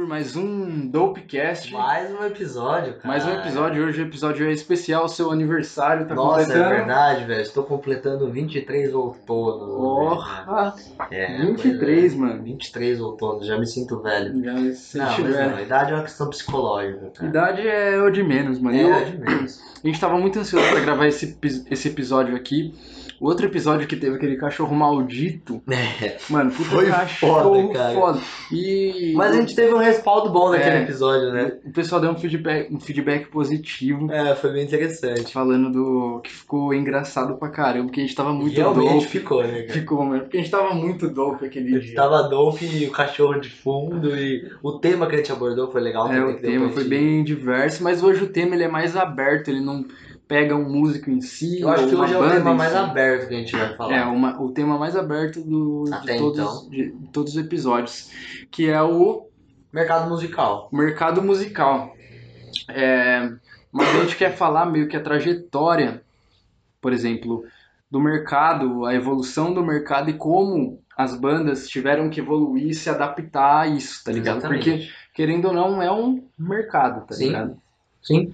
mais um Dopecast. Mais um episódio, cara. Mais um episódio. Hoje o episódio é especial, seu aniversário tá Nossa, completando. é verdade, velho. Estou completando 23 outonos. Porra! É, 23, mano. 23 outonos, já me sinto velho. Já se Não, tiver. mas não, idade é uma questão psicológica, cara. Idade é o de menos, mano. É de menos. A gente tava muito ansioso pra gravar esse episódio aqui. O outro episódio que teve aquele cachorro maldito. Mano, puta Foi cachorro foda, cara. foda. Mas a gente teve um respaldo bom naquele episódio, né? O pessoal deu um feedback positivo. É, foi bem interessante. Falando do que ficou engraçado pra caramba, porque a gente tava muito Realmente dope. ficou, né, cara? Ficou, mano, porque a gente tava muito dope aquele A gente dia. tava dope e o cachorro de fundo e o tema que a gente abordou foi legal também. O tema foi bem diverso, mas hoje o tema ele é mais aberto, ele não pega um músico em si. Eu acho que ou hoje é uma o banda tema em mais si. aberto que a gente vai falar. O tema mais aberto Até de todos os episódios, que é o Mercado musical. mercado musical. Mas a gente quer falar meio que a trajetória, por exemplo, do mercado, a evolução do mercado e como as bandas tiveram que evoluir e se adaptar a isso, tá ligado? Exatamente. Porque, querendo ou não, é um mercado, tá Sim. ligado? Sim.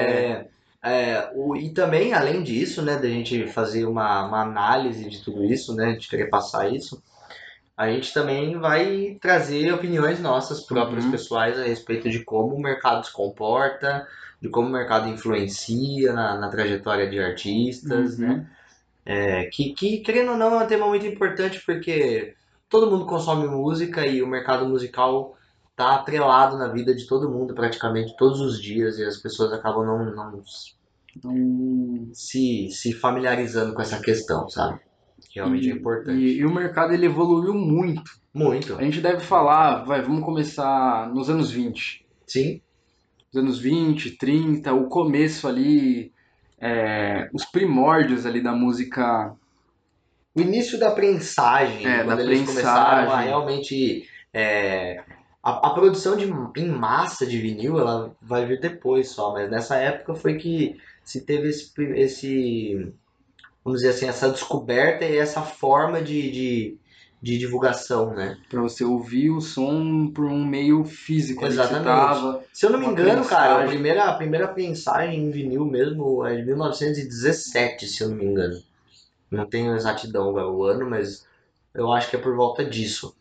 E também, além disso, né, da gente fazer uma análise de tudo isso, né, de querer passar isso, a gente também vai trazer opiniões nossas próprias pessoais a respeito de como o mercado se comporta, de como o mercado influencia na trajetória de artistas, né? Que, querendo ou não, é um tema muito importante porque todo mundo consome música e o mercado musical tá atrelado na vida de todo mundo praticamente todos os dias e as pessoas acabam não se familiarizando com essa questão, sabe? Realmente é importante. E o mercado ele evoluiu muito. Muito. A gente deve falar, vamos começar nos anos 20. Sim. Nos anos 20, 30, o começo ali, os primórdios ali da música. O início da prensagem, quando eles começaram a realmente... A produção em massa de vinil, ela vai vir depois só, mas nessa época foi que se teve esse vamos dizer assim, essa descoberta e essa forma de divulgação, né? Pra você ouvir o som por um meio físico. Exatamente. Se eu não me engano, cara, a primeira prensagem em vinil mesmo é de 1917, se eu não me engano. Não tenho exatidão o ano, mas eu acho que é por volta disso.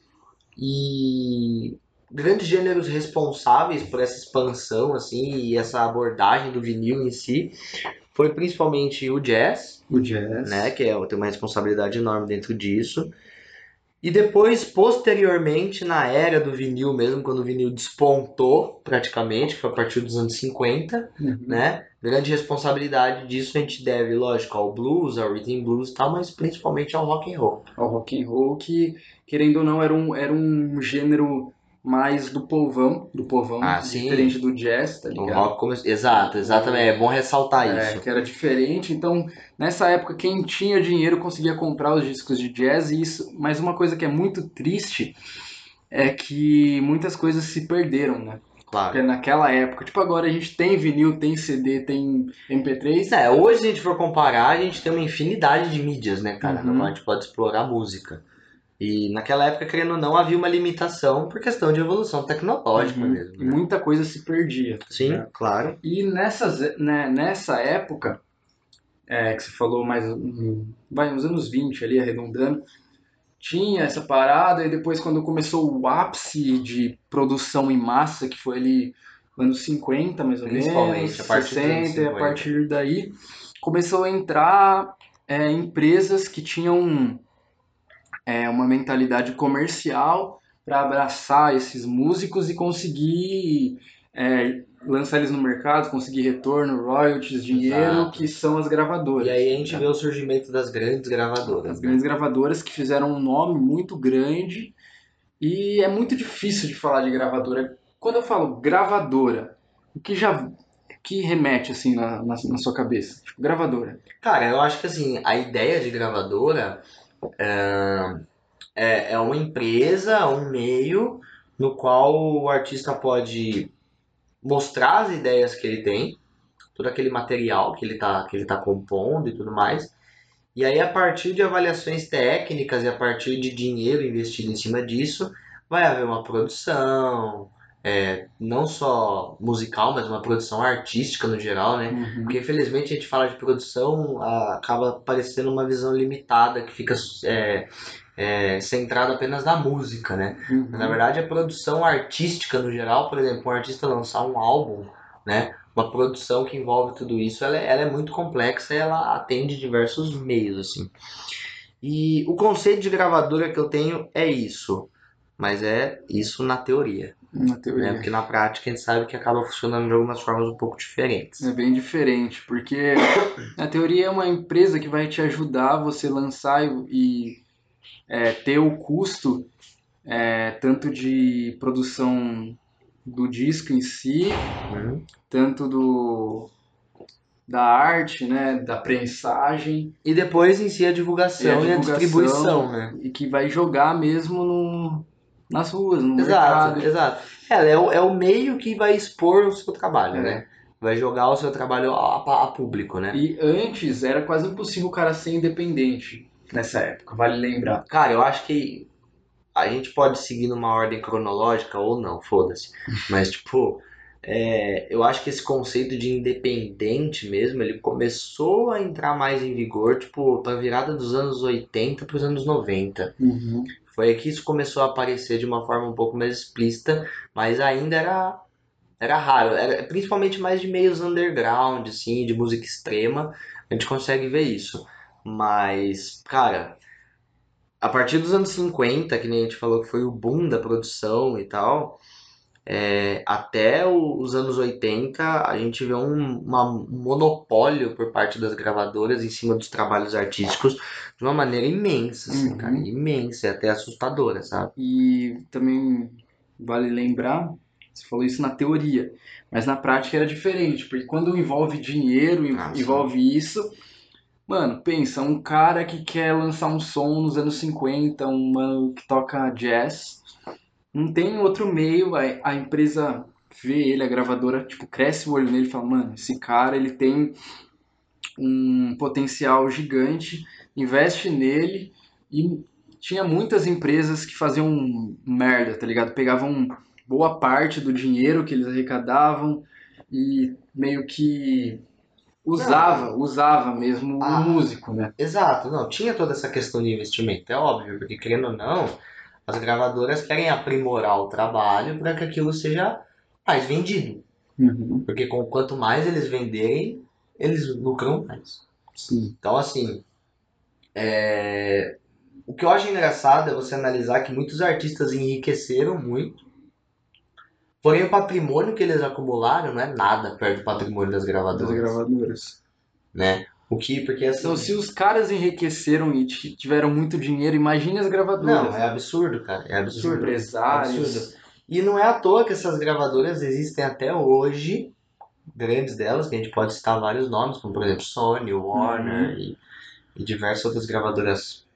E grandes gêneros responsáveis por essa expansão, assim, e essa abordagem do vinil em si, foi principalmente o jazz, né, que tem uma responsabilidade enorme dentro disso. E depois, posteriormente, na era do vinil mesmo, quando o vinil despontou praticamente, que foi a partir dos anos 50, né? Grande responsabilidade disso a gente deve, lógico, ao blues, ao rhythm blues e tal, mas principalmente ao rock and roll. Ao rock and roll que, querendo ou não, era um gênero mais do povão, diferente do jazz, tá ligado? O rock exatamente, é bom ressaltar isso. Que era diferente, então nessa época quem tinha dinheiro conseguia comprar os discos de jazz e isso, mas uma coisa que é muito triste é que muitas coisas se perderam, né? Claro. Porque naquela época, tipo agora a gente tem vinil, tem CD, tem MP3. Hoje se a gente for comparar, a gente tem uma infinidade de mídias, né, cara? A gente pode explorar música. E naquela época, querendo ou não, havia uma limitação por questão de evolução tecnológica mesmo. Né? E muita coisa se perdia. Sim, né? Claro. E nessa época, que você falou mais, uns anos 20 ali, arredondando, tinha essa parada e depois quando começou o ápice de produção em massa, que foi ali anos 50 mais ou menos, a partir 60, e a partir daí começou a entrar empresas que tinham uma mentalidade comercial para abraçar esses músicos e conseguir lançar eles no mercado, conseguir retorno, royalties, dinheiro, que são as gravadoras. E aí a gente vê o surgimento das grandes gravadoras. As grandes gravadoras que fizeram um nome muito grande e é muito difícil de falar de gravadora. Quando eu falo gravadora, o que remete assim na sua cabeça? Tipo, gravadora. Cara, eu acho que assim, a ideia de gravadora é uma empresa, um meio no qual o artista pode mostrar as ideias que ele tem, todo aquele material que ele tá compondo e tudo mais. E aí, a partir de avaliações técnicas e a partir de dinheiro investido em cima disso, vai haver uma produção, não só musical, mas uma produção artística no geral, né? Porque infelizmente a gente fala de produção, acaba parecendo uma visão limitada que fica centrada apenas na música, né? Mas na verdade a produção artística no geral, por exemplo, um artista lançar um álbum, né? Uma produção que envolve tudo isso, ela é muito complexa e ela atende diversos meios, assim. E o conceito de gravadora que eu tenho é isso, mas é isso na teoria. Na teoria. Né? Porque na prática a gente sabe que acaba funcionando de algumas formas um pouco diferentes. É bem diferente, porque na teoria é uma empresa que vai te ajudar a você lançar e ter o custo tanto de produção do disco em si, tanto da arte, né, da prensagem. E depois em si a divulgação e a distribuição, né? E que vai jogar mesmo nas ruas, no Exato, mercado. exato. É o meio que vai expor o seu trabalho, né? Vai jogar o seu trabalho a público, né? E antes era quase impossível o cara ser independente nessa época, vale lembrar. Cara, eu acho que a gente pode seguir numa ordem cronológica ou não, foda-se. Mas, tipo, eu acho que esse conceito de independente mesmo, ele começou a entrar mais em vigor, tipo, pra virada dos anos 80 pros anos 90. Foi aí que isso começou a aparecer de uma forma um pouco mais explícita, mas ainda era raro. Era principalmente mais de meios underground, assim, de música extrema, a gente consegue ver isso. Mas, cara, a partir dos anos 50, que nem a gente falou que foi o boom da produção e tal, até os anos 80, a gente vê um monopólio por parte das gravadoras em cima dos trabalhos artísticos de uma maneira imensa, assim, cara, imensa, até assustadora, sabe? E também vale lembrar, você falou isso na teoria, mas na prática era diferente, porque quando envolve dinheiro, envolve isso. Mano, pensa, um cara que quer lançar um som nos anos 50, um mano que toca jazz, não tem outro meio, a empresa vê ele, a gravadora, tipo, cresce o olho nele e fala, mano, esse cara, ele tem um potencial gigante, investe nele e tinha muitas empresas que faziam merda, tá ligado? Pegavam boa parte do dinheiro que eles arrecadavam e meio que usava mesmo o músico, né? Exato, não, tinha toda essa questão de investimento, é óbvio, porque querendo ou não, as gravadoras querem aprimorar o trabalho para que aquilo seja mais vendido. Porque quanto mais eles venderem, eles lucram mais. Sim. Então, assim, o que eu acho engraçado é você analisar que muitos artistas enriqueceram muito, porém o patrimônio que eles acumularam não é nada perto do patrimônio das gravadoras. Né? Porque assim. Então, se os caras enriqueceram e tiveram muito dinheiro, imagine as gravadoras. Não, é absurdo, cara. É absurdo. Os empresários. É absurdo. E não é à toa que essas gravadoras existem até hoje, grandes delas, que a gente pode citar vários nomes, como por exemplo Sony, Warner e diversas outras gravadoras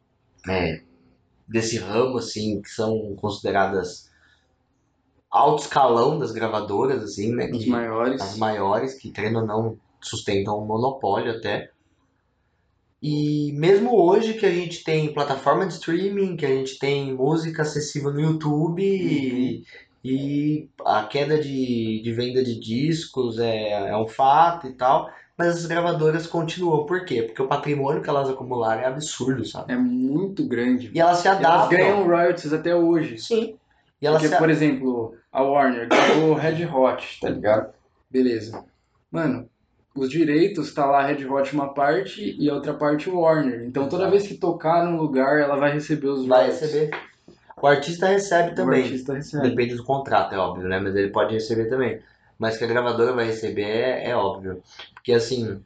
desse ramo, assim, que são consideradas alto escalão das gravadoras, assim, né? As maiores, que querendo ou não sustentam um monopólio até. E mesmo hoje que a gente tem plataforma de streaming, que a gente tem música acessível no YouTube e a queda de venda de discos é um fato e tal, mas as gravadoras continuam. Por quê? Porque o patrimônio que elas acumularam é absurdo, sabe? É muito grande. E elas se adaptam. Elas ganham royalties até hoje. Sim. E porque, por exemplo, a Warner gravou Red Hot, tá ligado? Beleza. Mano, os direitos tá lá Red Hot uma parte e a outra parte Warner. Então toda vez que tocar num lugar, ela vai receber os royalties. Vai receber. O artista recebe também. O artista recebe. Depende do contrato, é óbvio, né? Mas ele pode receber também. Mas que a gravadora vai receber é óbvio. Porque assim,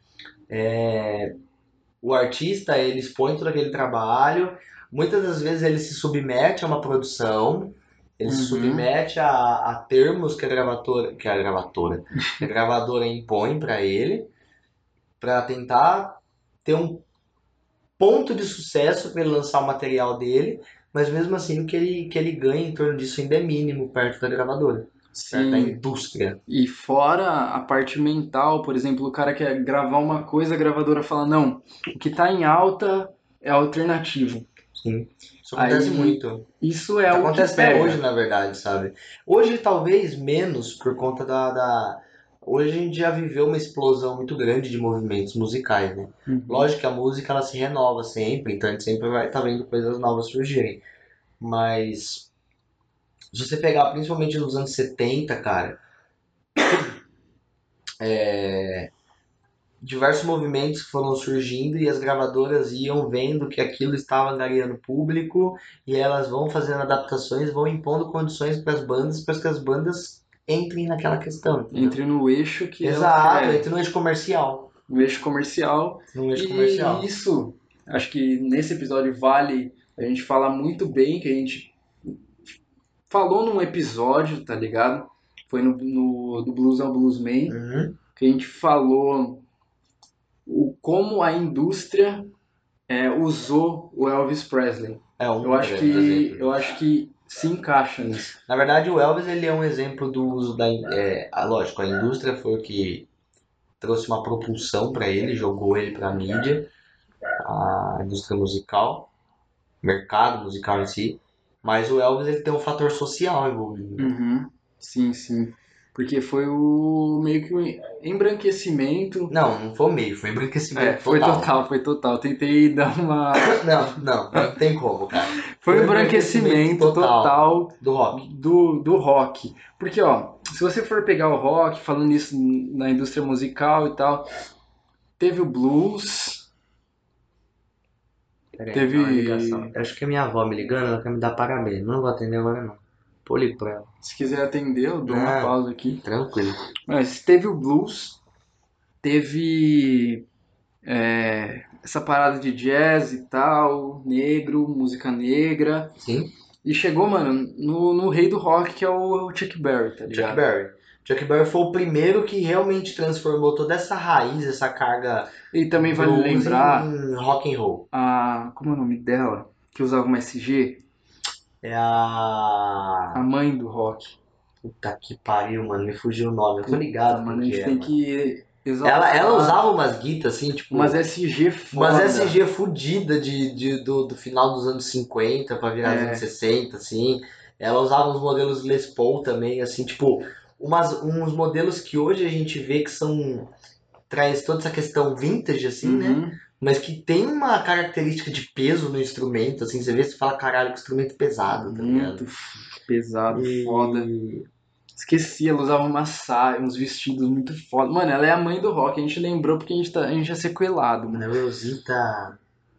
o artista, ele expõe todo aquele trabalho. Muitas das vezes ele se submete a uma produção. Ele se submete a termos que a gravadora impõe para ele, para tentar ter um ponto de sucesso para ele lançar o material dele, mas mesmo assim o que ele ganha em torno disso ainda é mínimo perto da gravadora, perto da indústria. E fora a parte mental, por exemplo, o cara quer gravar uma coisa, a gravadora fala, não, o que tá em alta é alternativo. Sim. Isso acontece Aí, muito. isso é o que Acontece até hoje, pega. na verdade, sabe? Hoje talvez menos por conta Hoje a gente já viveu uma explosão muito grande de movimentos musicais, né? Uhum. Lógico que a música ela se renova sempre, então a gente sempre vai estar vendo coisas novas surgirem. Mas se você pegar principalmente nos anos 70, cara, diversos movimentos foram surgindo e as gravadoras iam vendo que aquilo estava angariando público e elas vão fazendo adaptações, vão impondo condições para que as bandas entrem naquela questão, entendeu? Entre no eixo que ela Exato, quer, entre no eixo comercial. no eixo comercial. No eixo E comercial. isso, acho que nesse episódio vale a gente falar muito bem, que a gente falou num episódio, tá ligado? Foi no do Blues ao Bluesman, Uhum. que a gente falou como a indústria usou o Elvis Presley. É um grande exemplo Eu disso. acho que se encaixa nisso. Na verdade, o Elvis ele é um exemplo do uso lógico, a indústria foi o que trouxe uma propulsão para ele, jogou ele para a mídia, a indústria musical, mercado musical em si. Mas o Elvis ele tem um fator social envolvido, né? Uhum. Sim, sim. Porque foi o meio que o embranquecimento. Não, não foi meio, foi embranquecimento Foi total. total, foi total. Tentei dar uma. Não tem como, cara. Foi um Foi um embranquecimento embranquecimento total total do rock. do rock. Porque, ó, se você for pegar o rock, falando isso na indústria musical e tal, teve o blues, Pera aí, tem uma ligação. teve. Eu acho que é minha avó me ligando, ela quer me dar parabéns. Não vou atender agora não. Pô, ligo pra ela. Se quiser atender, eu dou uma Não, pausa aqui. tranquilo. Mas teve o blues, teve essa parada de jazz e tal, negro, música negra. Sim, E chegou, mano, no rei do rock, que é o Chuck Berry, tá Chuck ligado? Berry. Chuck Berry foi o primeiro que realmente transformou toda essa raiz, essa carga E também vale blues lembrar em rock and roll. como é o nome dela? Que usava uma SG? É A a... mãe do rock. Puta que pariu, mano, me fugiu o nome. Eu tô Puta, ligado quem mano, a que gente é, tem mano. que Ela exaltar usava umas guitas assim, umas tipo, SG umas foda. SG fudida do final dos anos 50 pra virar dos anos É, 60, assim. Ela usava uns modelos Les Paul também, assim, tipo, uns modelos que hoje a gente vê que traz toda essa questão vintage, assim, né? uhum, Mas que tem uma característica de peso no instrumento, assim, você vê e fala, caralho, que instrumento pesado, tá ligado? muito pesado, foda. E. Esqueci, ela usava uma saia, uns vestidos muito foda. Mano, ela é a mãe do rock, a gente lembrou porque a gente é sequelado, mano. Neurosita.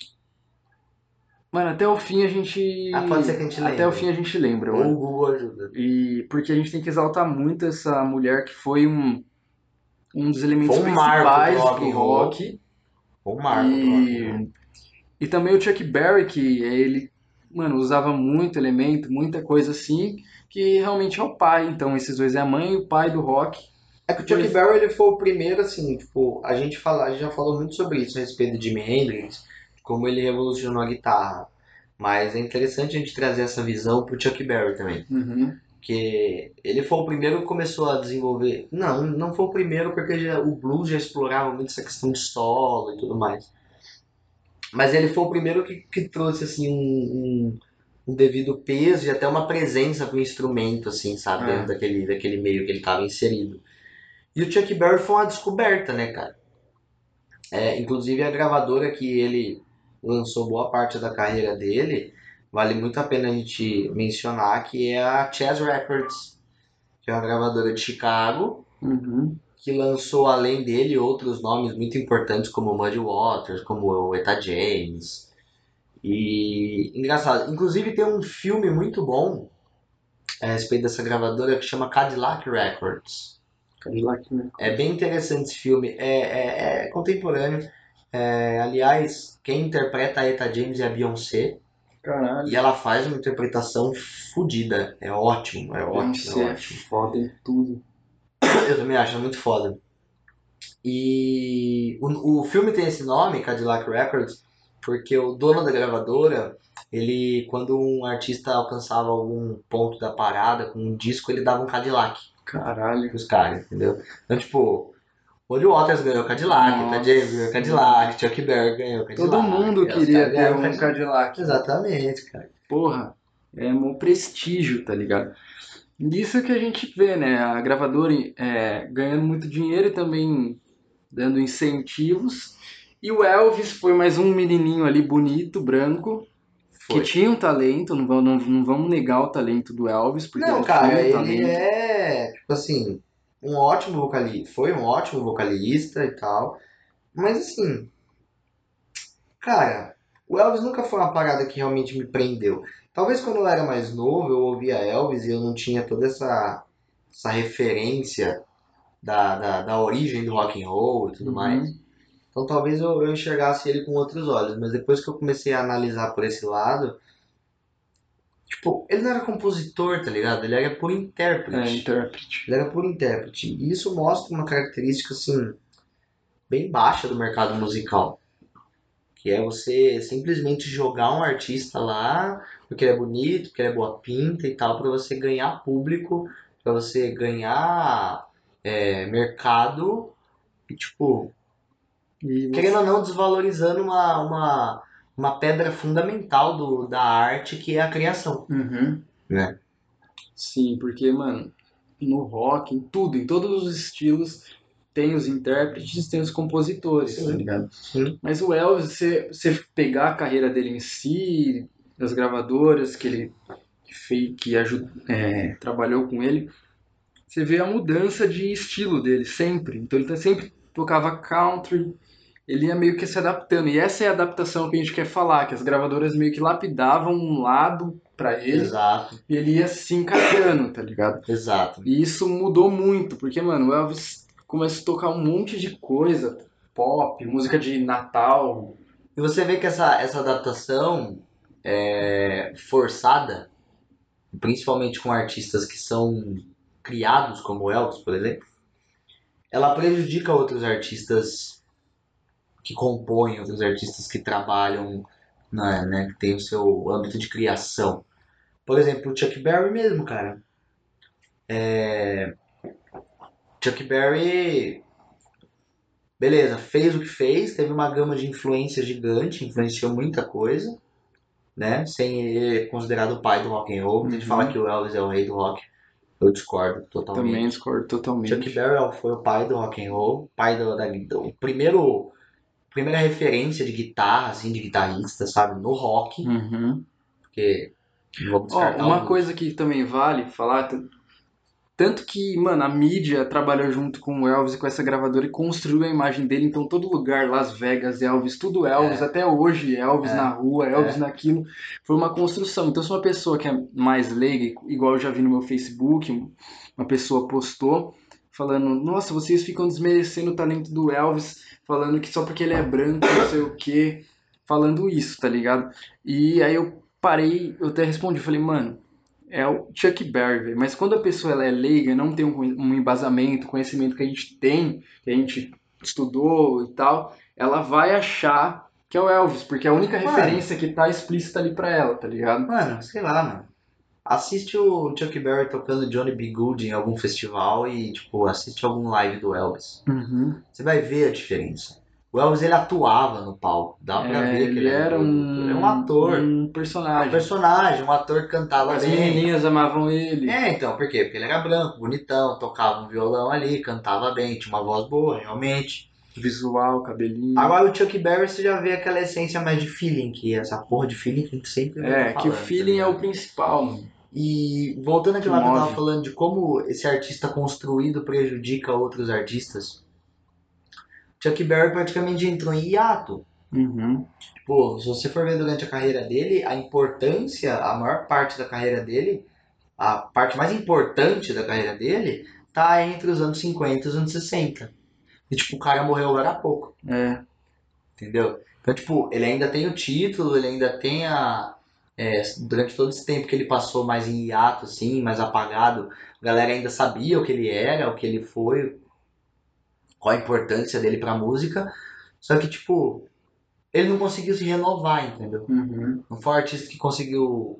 Mano, até o fim a Pode ser gente. que a gente Até o lembre. fim a gente lembra, Ou mano. o Google ajuda. E porque a gente tem que exaltar muito essa mulher que foi um dos Foi elementos um marco pro principais rock pro and roll. rock. Foi um marco pro rock and roll. E, e também o Chuck Berry, que ele, mano, usava muito elemento, muita coisa assim, que realmente é o pai. Então, esses dois é a mãe e o pai do rock. É que o Chuck Foi. Berry ele foi o primeiro, assim, tipo, a gente já falou muito sobre isso a respeito de Jimi Hendrix, como ele revolucionou a guitarra. Mas é interessante a gente trazer essa visão pro Chuck Berry também. Uhum, Porque ele foi o primeiro que começou a desenvolver. Não foi o primeiro porque o blues já explorava muito essa questão de solo e tudo mais. Mas ele foi o primeiro que trouxe assim um devido peso e até uma presença pro instrumento, assim, sabe, dentro é. daquele meio que ele estava inserido. E o Chuck Berry foi uma descoberta, né, cara? Inclusive a gravadora que ele lançou boa parte da carreira dele, vale muito a pena a gente mencionar, que é a Chess Records, que é uma gravadora de Chicago, Uhum. que lançou além dele outros nomes muito importantes como Muddy Waters, como o Etta James. E engraçado, inclusive tem um filme muito bom a respeito dessa gravadora que chama Cadillac Records. Cadillac, né? É bem interessante esse filme, é contemporâneo. Aliás, quem interpreta a Etta James é a Beyoncé. E Caralho. ela faz uma interpretação fodida. É ótimo, é ótimo, é Beyoncé é ótimo. foda em tudo. Eu também acho muito foda. E o filme tem esse nome, Cadillac Records, porque o dono da gravadora, ele, quando um artista alcançava algum ponto da parada com um disco, ele dava um Cadillac Caralho. pros caras, entendeu? Então, tipo, Muddy Waters ganhou o Cadillac, Nossa. Etta James ganhou o Cadillac, Chuck Berry ganhou o Cadillac. Todo mundo os queria caras ter ganharam o um Cadillac. Exatamente, cara. Porra, é um prestígio, tá ligado? Isso que a gente vê, né? A gravadora ganhando muito dinheiro e também dando incentivos. E o Elvis foi mais um menininho ali bonito, branco, que Foi. tinha um talento, não vamos negar o talento do Elvis, porque Não, ele cara, tinha um ele talento. é, tipo assim, um ótimo vocalista, foi um ótimo vocalista e tal, mas assim, cara, o Elvis nunca foi uma parada que realmente me prendeu. Talvez quando eu era mais novo eu ouvia Elvis e eu não tinha toda essa referência da origem do rock and roll e tudo mais. Uhum. Então talvez eu enxergasse ele com outros olhos, mas depois que eu comecei a analisar por esse lado, tipo, ele não era compositor, tá ligado? Ele era por intérprete. Intérprete. Ele era por intérprete. E isso mostra uma característica, assim, bem baixa do mercado musical. Que é você simplesmente jogar um artista lá, porque ele é bonito, porque ele é boa pinta e tal, pra você ganhar público, pra você ganhar mercado e, tipo, E querendo você... ou não, desvalorizando uma pedra fundamental da arte, que é a criação, Uhum. né? Sim, porque, mano, no rock, em tudo, em todos os estilos, tem os intérpretes, tem os compositores, tá Sim, ligado? sim. Mas o Elvis, você pegar a carreira dele em si, das gravadoras que ele fez, trabalhou com ele, você vê a mudança de estilo dele sempre. Então ele sempre tocava country, ele ia meio que se adaptando. E essa é a adaptação que a gente quer falar, que as gravadoras meio que lapidavam um lado pra ele Exato, e ele ia se encaixando, tá ligado? exato. E isso mudou muito, porque, mano, o Elvis começou a tocar um monte de coisa, pop, música de Natal. E você vê que essa adaptação forçada, principalmente com artistas que são criados como o Elvis, por exemplo, ela prejudica outros artistas que compõem, outros artistas que trabalham, né, que tem o seu âmbito de criação. Por exemplo, o Chuck Berry mesmo, cara. Chuck Berry, beleza, fez o que fez, teve uma gama de influência gigante, influenciou muita coisa, né? Sem ele considerado o pai do rock and roll. Muita gente fala que o Elvis é o rei do rock. Eu discordo Também totalmente. discordo Chuck totalmente. Berry foi o pai do rock and roll, pai o primeira referência de guitarra, assim, de guitarrista, sabe, no rock, Uhum. porque vamos Ó, descartar uma alguns. coisa que também vale falar, tanto que, mano, a mídia trabalhou junto com o Elvis e com essa gravadora e construiu a imagem dele, então todo lugar, Las Vegas, Elvis, tudo Elvis, É, até hoje, Elvis na é, rua, Elvis é. naquilo, foi uma construção. Então se uma pessoa que é mais leiga, igual eu já vi no meu Facebook, uma pessoa postou, falando, nossa, vocês ficam desmerecendo o talento do Elvis, falando que só porque ele é branco, não sei o que, falando isso, tá ligado? E aí eu parei, eu até respondi, falei, mano, é o Chuck Berry, velho. Mas quando a pessoa ela é leiga, não tem um embasamento, conhecimento que a gente tem, que a gente estudou e tal, ela vai achar que é o Elvis, porque é a única Mano, referência que tá explícita ali pra ela, tá ligado? sei lá, mano. Assiste o Chuck Berry tocando Johnny B. Good em algum festival e, tipo, assiste algum live do Elvis. Uhum. Você vai ver a diferença. O Elvis, ele atuava no palco. Dá pra ver que ele Ele era um era produtor. Ele é um ator. um É um personagem. personagem, um ator que cantava As bem. menininhas amavam ele. Então, por quê? Porque ele era branco, bonitão, tocava um violão ali, cantava bem, tinha uma voz boa, realmente. Visual, cabelinho. Agora o Chuck Berry você já vê aquela essência mais de feeling, que é essa porra de feeling que a gente sempre vai estar É, que o falando, tá feeling é o ligado? principal, mano, E voltando que àquilo lá que eu tava move. falando de como esse artista construído prejudica outros artistas, Chuck Berry praticamente entrou em hiato. Uhum. Pô, se você for ver durante a carreira dele, a importância, a maior parte da carreira dele, a parte mais importante da carreira dele, tá entre os anos 50 e os anos 60. E tipo, o cara morreu agora há pouco, É. entendeu? Então, tipo, ele ainda tem o título, ele ainda tem durante todo esse tempo que ele passou mais em hiato, assim, mais apagado, a galera ainda sabia o que ele era, o que ele foi, qual a importância dele pra música. Só que, tipo, ele não conseguiu se renovar, entendeu? Uhum. Não foi um artista que conseguiu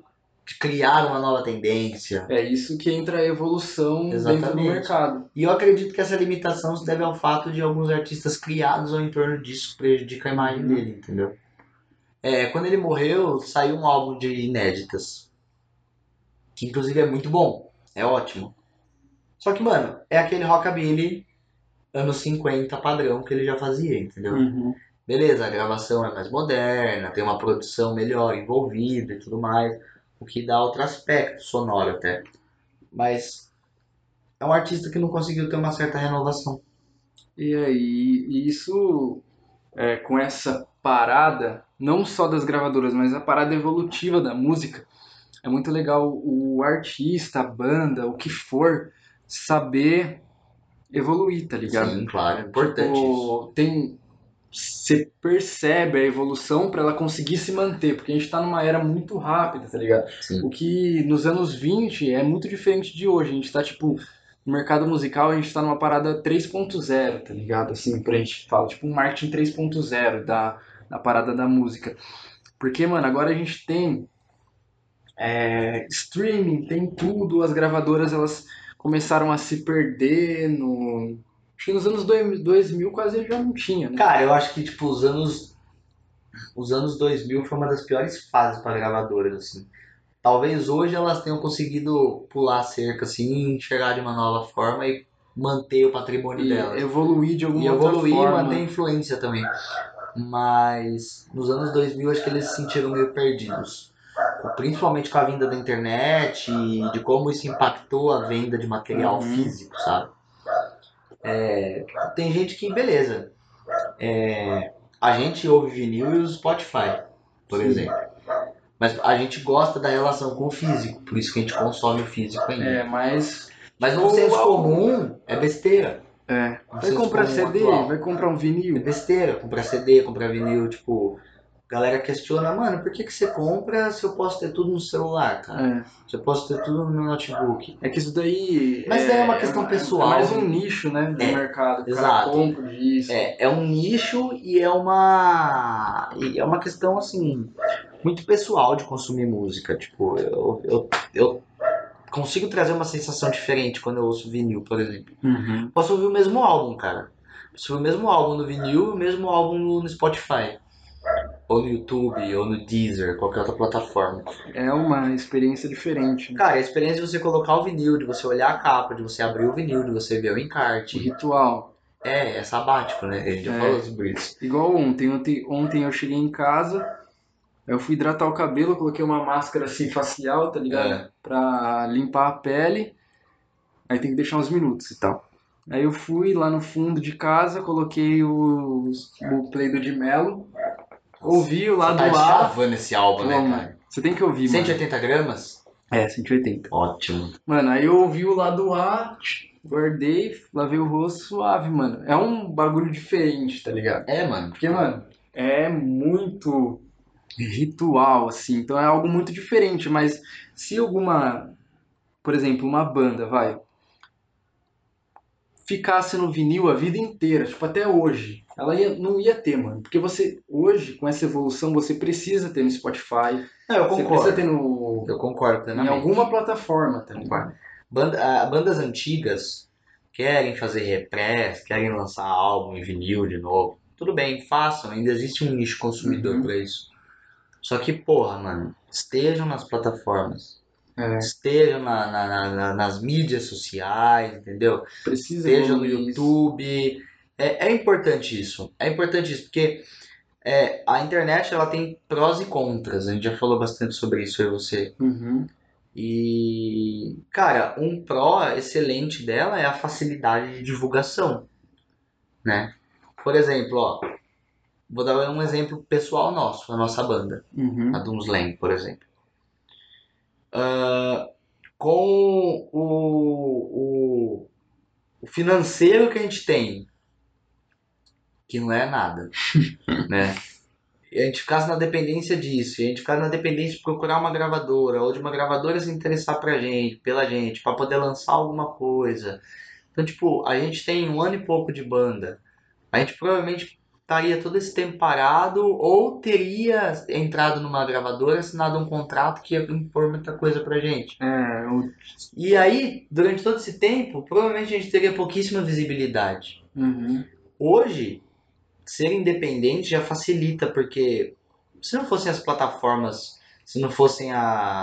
criar uma nova tendência. É isso que entra a evolução dentro do mercado. E eu acredito que essa limitação se deve ao fato de alguns artistas criados ao entorno disso prejudicar a imagem dele, entendeu? Quando ele morreu, saiu um álbum de inéditas, que inclusive é muito bom, é ótimo. Só que, mano, é aquele rockabilly anos 50 padrão que ele já fazia, entendeu? Beleza, a gravação é mais moderna, tem uma produção melhor envolvida e tudo mais, o que dá outro aspecto sonoro até. Mas é um artista que não conseguiu ter uma certa renovação. E aí, isso, com essa parada, não só das gravadoras, mas a parada evolutiva da música, é muito legal o artista, a banda, o que for, saber evoluir, tá ligado? Sim, claro, é importante isso. Você percebe a evolução para ela conseguir se manter, porque a gente tá numa era muito rápida, tá ligado? Sim. O que nos anos 20 é muito diferente de hoje. A gente tá, tipo, no mercado musical, a gente tá numa parada 3.0, tá ligado? Assim, pra gente falar, tipo, um marketing 3.0 da parada da música. Porque, mano, agora a gente tem streaming, tem tudo, as gravadoras, elas começaram a se perder no... Acho que nos anos 2000 quase já não tinha, né? Cara, eu acho que, tipo, os anos 2000 foi uma das piores fases para gravadoras, assim. Talvez hoje elas tenham conseguido pular a cerca, assim, enxergar de uma nova forma e manter o patrimônio delas. Evoluir de alguma outra forma. E manter influência também. Mas nos anos 2000 acho que eles se sentiram meio perdidos. Principalmente com a vinda da internet e de como isso impactou a venda de material físico, sabe? Tem gente que, beleza. A gente ouve vinil e usa Spotify, por exemplo. Mas a gente gosta da relação com o físico, por isso que a gente consome o físico ainda. Mas no senso comum, é besteira. Vai comprar CD, atual. Vai comprar um vinil. É besteira, comprar CD, comprar vinil, tipo... A galera questiona, mano, por que você compra se eu posso ter tudo no celular, cara? Se eu posso ter tudo no meu notebook. É que isso daí... Mas daí é uma questão pessoal. É mais um nicho, né, do mercado. Exato. Compra disso. É um nicho e é uma questão, assim, muito pessoal de consumir música. Tipo, eu consigo trazer uma sensação diferente quando eu ouço vinil, por exemplo. Posso ouvir o mesmo álbum, cara. Posso ouvir o mesmo álbum no vinil e o mesmo álbum no Spotify. Ou no YouTube, ou no Deezer, qualquer outra plataforma. É uma experiência diferente. Né? Cara, a experiência de você colocar o vinil, de você olhar a capa, de você abrir o vinil, de você ver o encarte. O ritual. É sabático, né? A gente já falou sobre isso. Igual ontem eu cheguei em casa, eu fui hidratar o cabelo, coloquei uma máscara assim facial, tá ligado? Pra limpar a pele. Aí tem que deixar uns minutos e tal. Aí eu fui lá no fundo de casa, coloquei o Play do de Mello. Ouvi o lado A. Você tá chavando esse álbum, né, cara? Você tem que ouvir, 180 mano. gramas? 180. Ótimo. Mano, aí eu ouvi o lado A, guardei, lavei o rosto suave, mano. É um bagulho diferente, tá ligado? Mano. Porque, mano, é muito ritual, assim. Então é algo muito diferente. Mas se por exemplo, uma banda, ficasse no vinil a vida inteira, tipo, até hoje, ela não ia ter, mano. Porque hoje, com essa evolução, você precisa ter no Spotify. Eu concordo. Você precisa ter no... Eu concordo plenamente. Em alguma plataforma, tá ligado? Bandas antigas querem fazer repress, querem lançar álbum em vinil de novo. Tudo bem, façam. Ainda existe um nicho consumidor pra isso. Só que, porra, mano, estejam nas plataformas. Estejam nas mídias sociais, entendeu? Estejam no YouTube. É importante isso. É importante isso, porque a internet ela tem prós e contras. A gente já falou bastante sobre isso, eu e você. E, cara, um pró excelente dela é a facilidade de divulgação, né? Por exemplo, ó, vou dar um exemplo pessoal nosso, a nossa banda, a Doomslang, por exemplo. Com o financeiro que a gente tem, que não é nada, né? E a gente ficasse na dependência disso, e a gente ficasse na dependência de procurar uma gravadora, ou de uma gravadora se interessar pela gente, pra poder lançar alguma coisa. Então, tipo, a gente tem 1 ano e pouco de banda. A gente provavelmente estaria todo esse tempo parado ou teria entrado numa gravadora, assinado um contrato que ia impor muita coisa pra gente. E aí, durante todo esse tempo, provavelmente a gente teria pouquíssima visibilidade. Hoje, ser independente já facilita, porque se não fossem as plataformas, se não fossem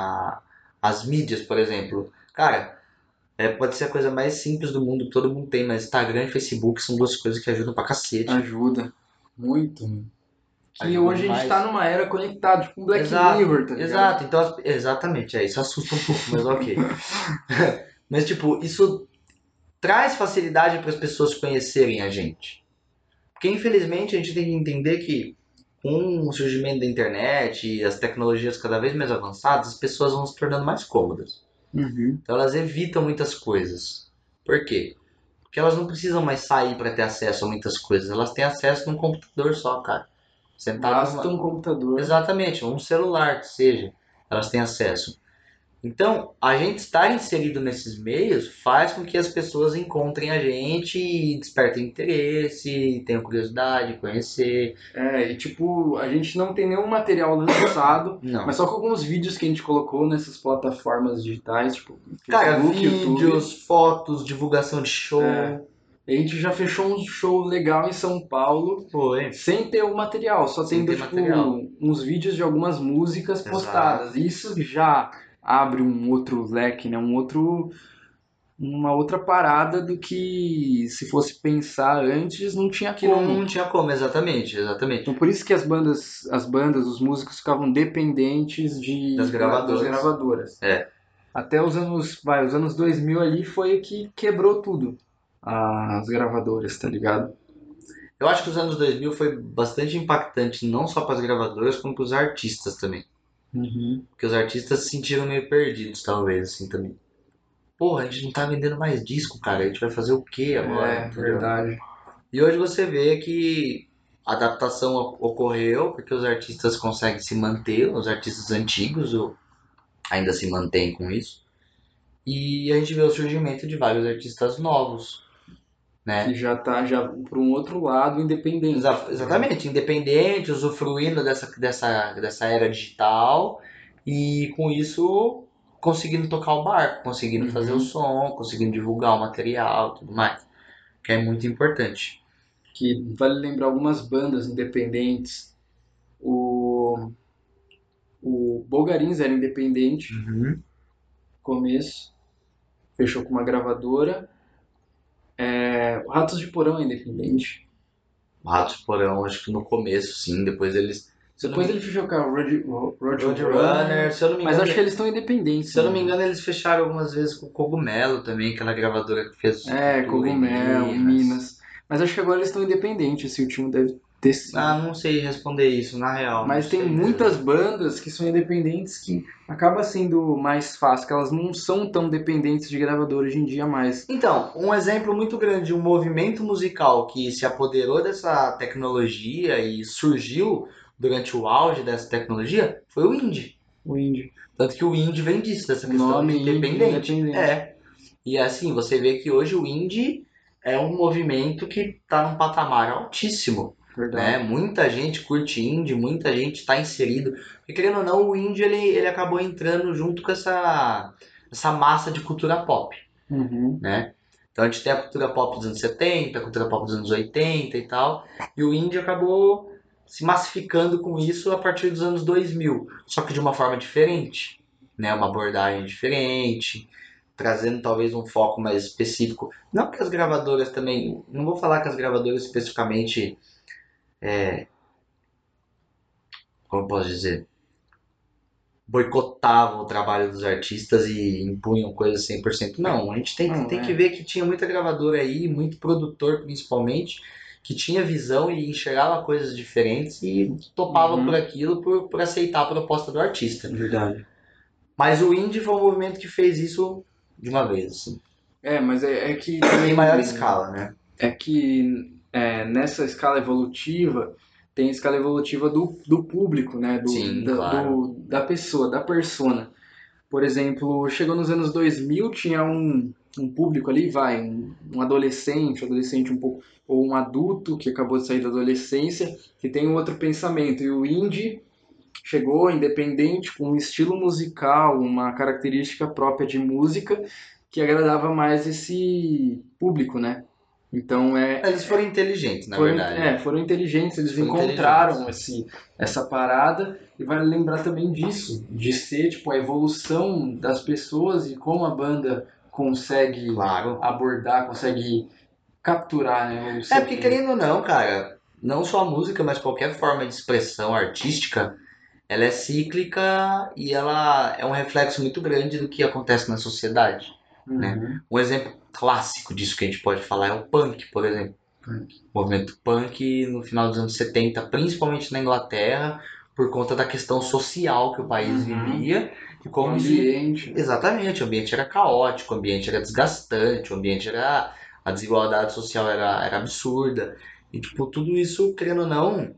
as mídias, por exemplo, cara, pode ser a coisa mais simples do mundo, que todo mundo tem, mas Instagram e Facebook são duas coisas que ajudam pra cacete. Ajuda muito. Que Ajuda hoje demais. A gente tá numa era conectada, tipo um Black Exato, Mirror, tá ligado? exato. Então, exatamente, isso assusta um pouco, mas ok. Mas, tipo, isso traz facilidade para as pessoas conhecerem a gente. Porque, infelizmente, a gente tem que entender que com o surgimento da internet e as tecnologias cada vez mais avançadas, as pessoas vão se tornando mais cômodas. Então, elas evitam muitas coisas. Por quê? Porque elas não precisam mais sair para ter acesso a muitas coisas. Elas têm acesso num computador só, cara. Basta um computador. Exatamente, um celular que seja. Elas têm acesso. Então, a gente estar inserido nesses meios faz com que as pessoas encontrem a gente e despertem interesse, tenham curiosidade, conhecer. E tipo, a gente não tem nenhum material lançado, Não. mas só com alguns vídeos que a gente colocou nessas plataformas digitais, tipo, Cara, Facebook, vídeos, YouTube. Fotos, divulgação de show. A gente já fechou um show legal em São Paulo. Foi. Sem ter o material, só tendo tipo, uns vídeos de algumas músicas postadas. Isso já abre um outro leque, né? Uma outra parada do que se fosse pensar antes não tinha como. Não tinha como, exatamente. Então por isso que as bandas, os músicos ficavam dependentes das gravadoras. Até os anos 2000 ali foi que quebrou tudo. As gravadoras, tá ligado? Eu acho que os anos 2000 foi bastante impactante, não só para as gravadoras, como para os artistas também. Porque os artistas se sentiram meio perdidos, talvez, assim, também. Porra, a gente não tá vendendo mais disco, cara. A gente vai fazer o quê agora? Verdade. E hoje você vê que a adaptação ocorreu porque os artistas conseguem se manter, os artistas antigos ainda se mantêm com isso. E a gente vê o surgimento de vários artistas novos, né? Que já tá para um outro lado independente. Exatamente, independente, usufruindo dessa era digital e com isso conseguindo tocar o barco, conseguindo fazer o som, conseguindo divulgar o material e tudo mais, que é muito importante. Que vale lembrar algumas bandas independentes. O Bogarins era independente no começo, fechou com uma gravadora. O Ratos de Porão é independente. O Ratos de Porão, acho que no começo sim, depois eles... Depois ele fechou com a Roadrunner, se eu não me engano. Mas acho que eles estão independentes. Se eu não me engano, eles fecharam algumas vezes com o Cogumelo também, aquela gravadora que fez... Cogumelo, em Minas. Mas acho que agora eles estão independentes, esse último deve ter sido. Não sei responder isso, na real. Mas tem muitas bandas que são independentes que acaba sendo mais fácil, que elas não são tão dependentes de gravador hoje em dia mais. Então, um exemplo muito grande de um movimento musical que se apoderou dessa tecnologia e surgiu durante o auge dessa tecnologia foi o indie. Tanto que o indie vem disso, dessa questão de independente. E assim, você vê que hoje o indie é um movimento que está num patamar altíssimo. Né? Muita gente curte indie, muita gente está inserido. Porque querendo ou não, o indie ele acabou entrando junto com essa massa de cultura pop. Né? Então a gente tem a cultura pop dos anos 70, a cultura pop dos anos 80 e tal. E o indie acabou se massificando com isso a partir dos anos 2000. Só que de uma forma diferente. Né? Uma abordagem diferente. Trazendo talvez um foco mais específico. Não que as gravadoras também... Não vou falar que as gravadoras especificamente... como eu posso dizer, boicotavam o trabalho dos artistas e impunham coisas 100%. Não, a gente tem que ver que tinha muita gravadora aí, muito produtor principalmente, que tinha visão e enxergava coisas diferentes e topava por aquilo, por aceitar a proposta do artista. Verdade. Mas o indie foi um movimento que fez isso de uma vez, assim. Mas é que... Em maior escala, né? É que nessa escala evolutiva... Tem a escala evolutiva do público, né? Da pessoa, da persona. Por exemplo, chegou nos anos 2000, tinha um um público ali, um adolescente um pouco, ou um adulto que acabou de sair da adolescência, que tem um outro pensamento. E o indie chegou independente, com um estilo musical, uma característica própria de música que agradava mais esse público, né? Então Eles foram inteligentes, na verdade. foram inteligentes, eles Foram encontraram inteligentes. essa parada e vale lembrar também disso, de ser tipo a evolução das pessoas e como a banda consegue Claro. abordar, consegue capturar, né? Porque querendo ou não, cara, não só a música, mas qualquer forma de expressão artística, ela é cíclica e ela é um reflexo muito grande do que acontece na sociedade, né? Um exemplo clássico disso que a gente pode falar é o punk, por exemplo. O movimento punk no final dos anos 70, principalmente na Inglaterra, por conta da questão social que o país vivia. E como o ambiente. Exatamente, o ambiente era caótico, o ambiente era desgastante, o ambiente era... A desigualdade social era absurda. E, tipo, tudo isso, querendo ou não,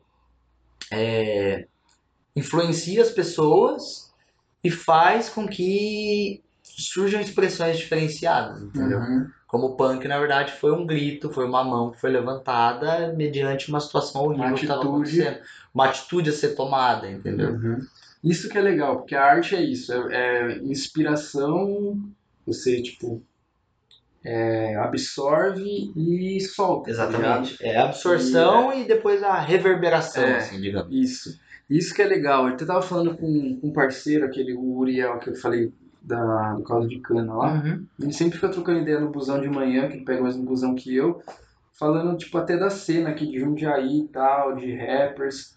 influencia as pessoas e faz com que surjam expressões diferenciadas, entendeu? Como o punk, na verdade, foi um grito, foi uma mão que foi levantada mediante uma situação horrível que estava acontecendo. Uma atitude a ser tomada, entendeu? Isso que é legal, porque a arte é isso, é inspiração, você, tipo, absorve e solta. Exatamente. É a absorção e depois a reverberação, assim, digamos. Isso que é legal. Eu até tava falando com um parceiro, o Uriel, que eu falei do caldo de cana lá. Ele sempre fica trocando ideia no busão de manhã, que ele pega o mesmo busão que eu, falando, tipo, até da cena aqui de Jundiaí e tal, de rappers.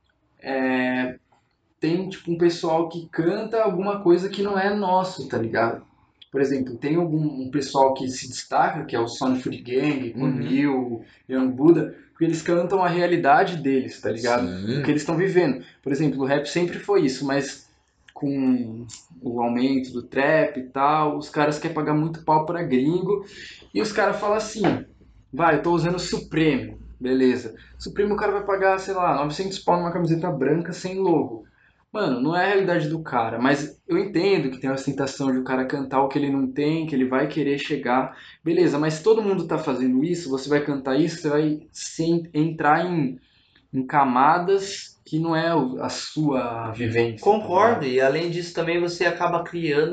Tem, tipo, um pessoal que canta alguma coisa que não é nosso, tá ligado? Por exemplo, tem um pessoal que se destaca, que é o Sonic Food Gang, Konil, Young Buddha, porque eles cantam a realidade deles, tá ligado? O que eles estão vivendo. Por exemplo, o rap sempre foi isso, mas com o aumento do trap e tal, os caras querem pagar muito pau pra gringo, e os caras falam assim, vai, eu tô usando Supreme, beleza. Supreme o cara vai pagar, sei lá, 900 pau numa camiseta branca sem logo. Mano, não é a realidade do cara, mas eu entendo que tem a ostentação de o cara cantar o que ele não tem, que ele vai querer chegar. Beleza, mas se todo mundo tá fazendo isso, você vai cantar isso, você vai entrar em camadas que não é a sua vivência. Concordo, e além disso também você acaba criando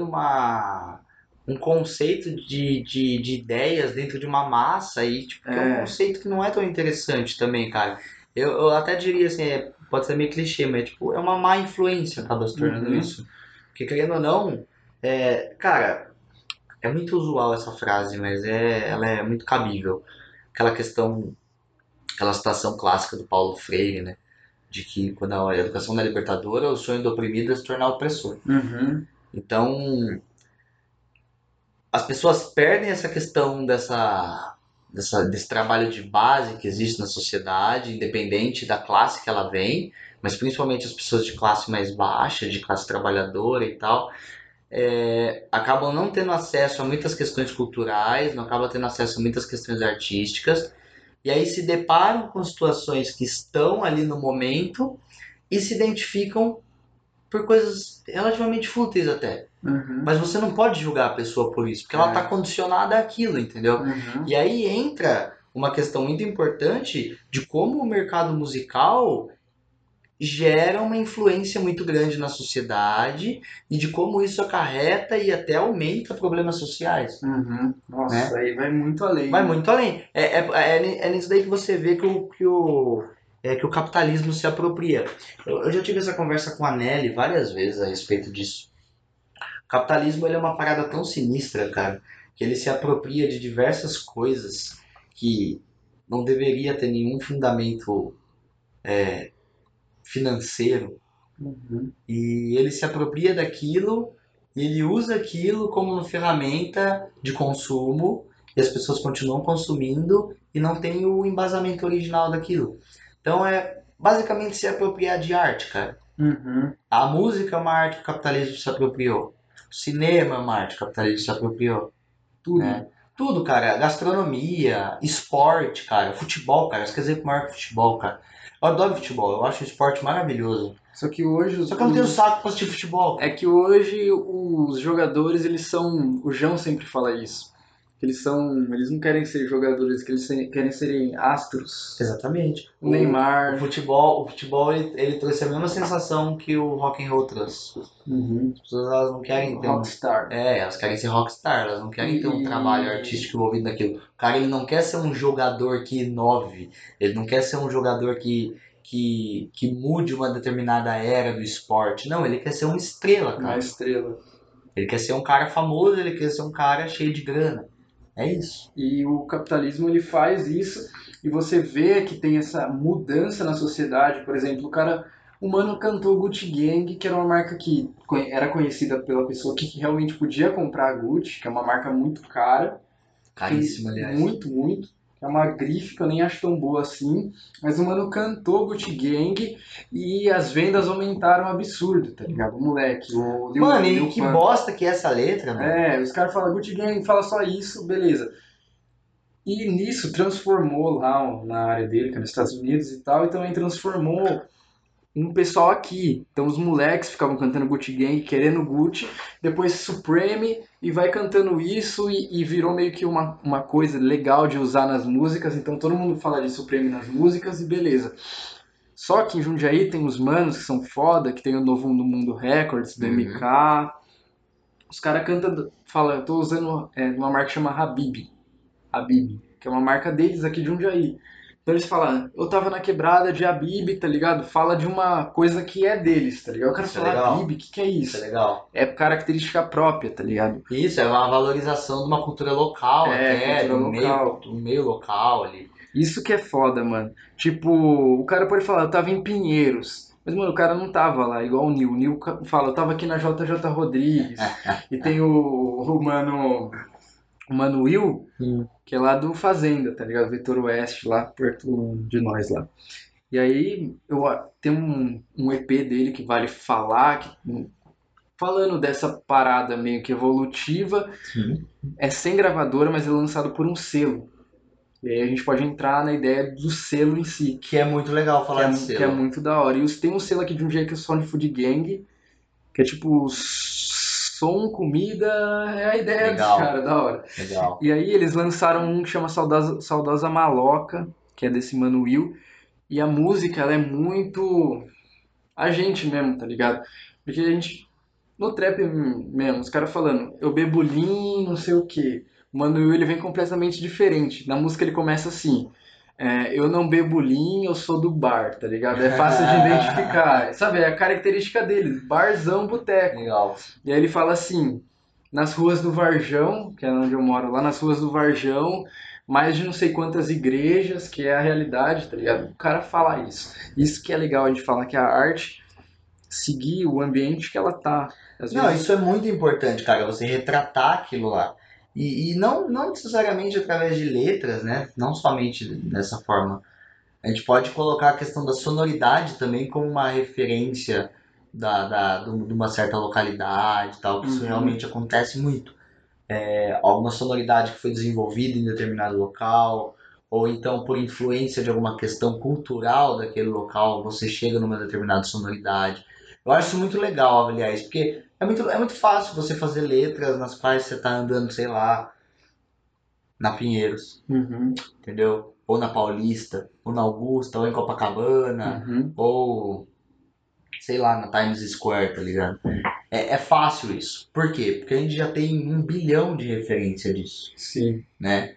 um conceito de ideias dentro de uma massa e tipo, que é um conceito que não é tão interessante também, cara. Eu até diria assim, pode ser meio clichê, mas tipo, é uma má influência acaba se tornando isso. Porque querendo ou não, cara, é muito usual essa frase, mas ela é muito cabível. Aquela questão, aquela citação clássica do Paulo Freire, né? De que quando a educação não é libertadora, o sonho do oprimido é se tornar opressor. Então, as pessoas perdem essa questão desse trabalho de base que existe na sociedade, independente da classe que ela vem, mas principalmente as pessoas de classe mais baixa, de classe trabalhadora e tal, acabam não tendo acesso a muitas questões culturais, não acabam tendo acesso a muitas questões artísticas, e aí se deparam com situações que estão ali no momento e se identificam por coisas relativamente fúteis até. Mas você não pode julgar a pessoa por isso, porque ela está condicionada àquilo, entendeu? E aí entra uma questão muito importante de como o mercado musical gera uma influência muito grande na sociedade e de como isso acarreta e até aumenta problemas sociais. Nossa, aí vai muito além. Vai muito além. É nisso daí que você vê que o capitalismo se apropria. Eu já tive essa conversa com a Nelly várias vezes a respeito disso. O capitalismo ele é uma parada tão sinistra, cara, que ele se apropria de diversas coisas que não deveria ter nenhum fundamento financeiro. E ele se apropria daquilo e ele usa aquilo como uma ferramenta de consumo e as pessoas continuam consumindo e não tem o embasamento original daquilo. Então é basicamente se apropriar de arte, cara. A música é uma arte que o capitalismo se apropriou. O cinema é uma arte que o capitalismo se apropriou. Tudo. Né? Tudo, cara. Gastronomia, esporte, cara. Futebol, cara. Você quer dizer maior que futebol, cara. Eu adoro futebol. Eu acho o esporte maravilhoso. Só que hoje... Só que eu não tenho saco pra assistir futebol. É que hoje os jogadores, eles são... O João sempre fala isso. Eles não querem ser jogadores, que eles querem serem astros. Exatamente. O Neymar. O futebol ele trouxe a mesma sensação que o rock and roll trouxe. As pessoas elas não querem ter rockstar. elas querem ser rockstar, elas não querem ter um trabalho artístico envolvido naquilo. O cara ele não quer ser um jogador que inove, ele não quer ser um jogador que mude uma determinada era do esporte. Não, ele quer ser uma estrela, cara. Uma estrela. Ele quer ser um cara famoso, ele quer ser um cara cheio de grana. É isso. E o capitalismo ele faz isso e você vê que tem essa mudança na sociedade. Por exemplo, o mano cantou Gucci Gang, que era uma marca que era conhecida pela pessoa que realmente podia comprar a Gucci, que é uma marca muito cara. Caríssima, aliás. Muito, muito. É uma grife que eu nem acho tão boa assim. Mas o mano cantou Gucci Gang e as vendas aumentaram um absurdo, tá ligado? O moleque. Mano, e que bosta que é essa letra, mano? Os caras falam Gucci Gang, fala só isso, beleza. E nisso transformou lá na área dele, que é nos Estados Unidos e tal, e também transformou um pessoal aqui. Então os moleques ficavam cantando Gucci Gang, querendo Gucci, depois Supreme, e vai cantando isso e virou meio que uma coisa legal de usar nas músicas, então todo mundo fala de Supreme nas músicas e beleza. Só que em Jundiaí tem os manos que são foda, que tem o Novo do Mundo Records, do MK. Os caras cantam, falam, eu tô usando uma marca que chama Habib, que é uma marca deles aqui de Jundiaí. Então eles falam, eu tava na quebrada de Habib, tá ligado? Fala de uma coisa que é deles, tá ligado? Eu quero falar Habib, o que é isso? Isso é legal. É característica própria, tá ligado? Isso, é uma valorização de uma cultura local do meio local ali. Isso que é foda, mano. Tipo, o cara pode falar, eu tava em Pinheiros. Mas, mano, o cara não tava lá, igual o Nil. O Nil fala, eu tava aqui na JJ Rodrigues. E tem o Mano Will, que é lá do Fazenda, tá ligado? Vitor Oeste, lá perto de nós lá. E aí tem um EP dele que vale falar, falando dessa parada meio que evolutiva. É sem gravadora, mas é lançado por um selo. E aí a gente pode entrar na ideia do selo em si. Que é muito legal falar de selo. Que é muito da hora. E tem um selo aqui de um jeito que é Sound Food Gang, que é tipo som, comida, é a ideia dos caras, da hora. Legal. E aí eles lançaram um que chama Saudosa Maloca, que é desse Mano Will. E a música, ela é muito a gente mesmo, tá ligado? Porque a gente, no trap mesmo, os caras falando, eu bebo lean, não sei o quê. O Mano Will, ele vem completamente diferente. Na música ele começa assim, eu não bebo lean, eu sou do bar, tá ligado? É fácil de identificar, sabe? É a característica dele, barzão, boteco. Legal. E aí ele fala assim, nas ruas do Varjão, que é onde eu moro lá, nas ruas do Varjão, mais de não sei quantas igrejas, que é a realidade, tá ligado? O cara fala isso. Isso que é legal a gente falar, que a arte seguir o ambiente que ela tá. Isso é muito importante, cara, você retratar aquilo lá. E não necessariamente através de letras, né? Não somente dessa forma. A gente pode colocar a questão da sonoridade também como uma referência de uma certa localidade, tal, que isso realmente acontece muito. Alguma sonoridade que foi desenvolvida em determinado local, ou então por influência de alguma questão cultural daquele local, você chega numa determinada sonoridade. Eu acho isso muito legal avaliar isso, porque é muito fácil você fazer letras nas quais você está andando, sei lá, na Pinheiros, entendeu? Ou na Paulista, ou na Augusta, ou em Copacabana, ou sei lá, na Times Square, tá ligado? É fácil isso. Por quê? Porque a gente já tem 1 bilhão de referência disso. Sim. Né?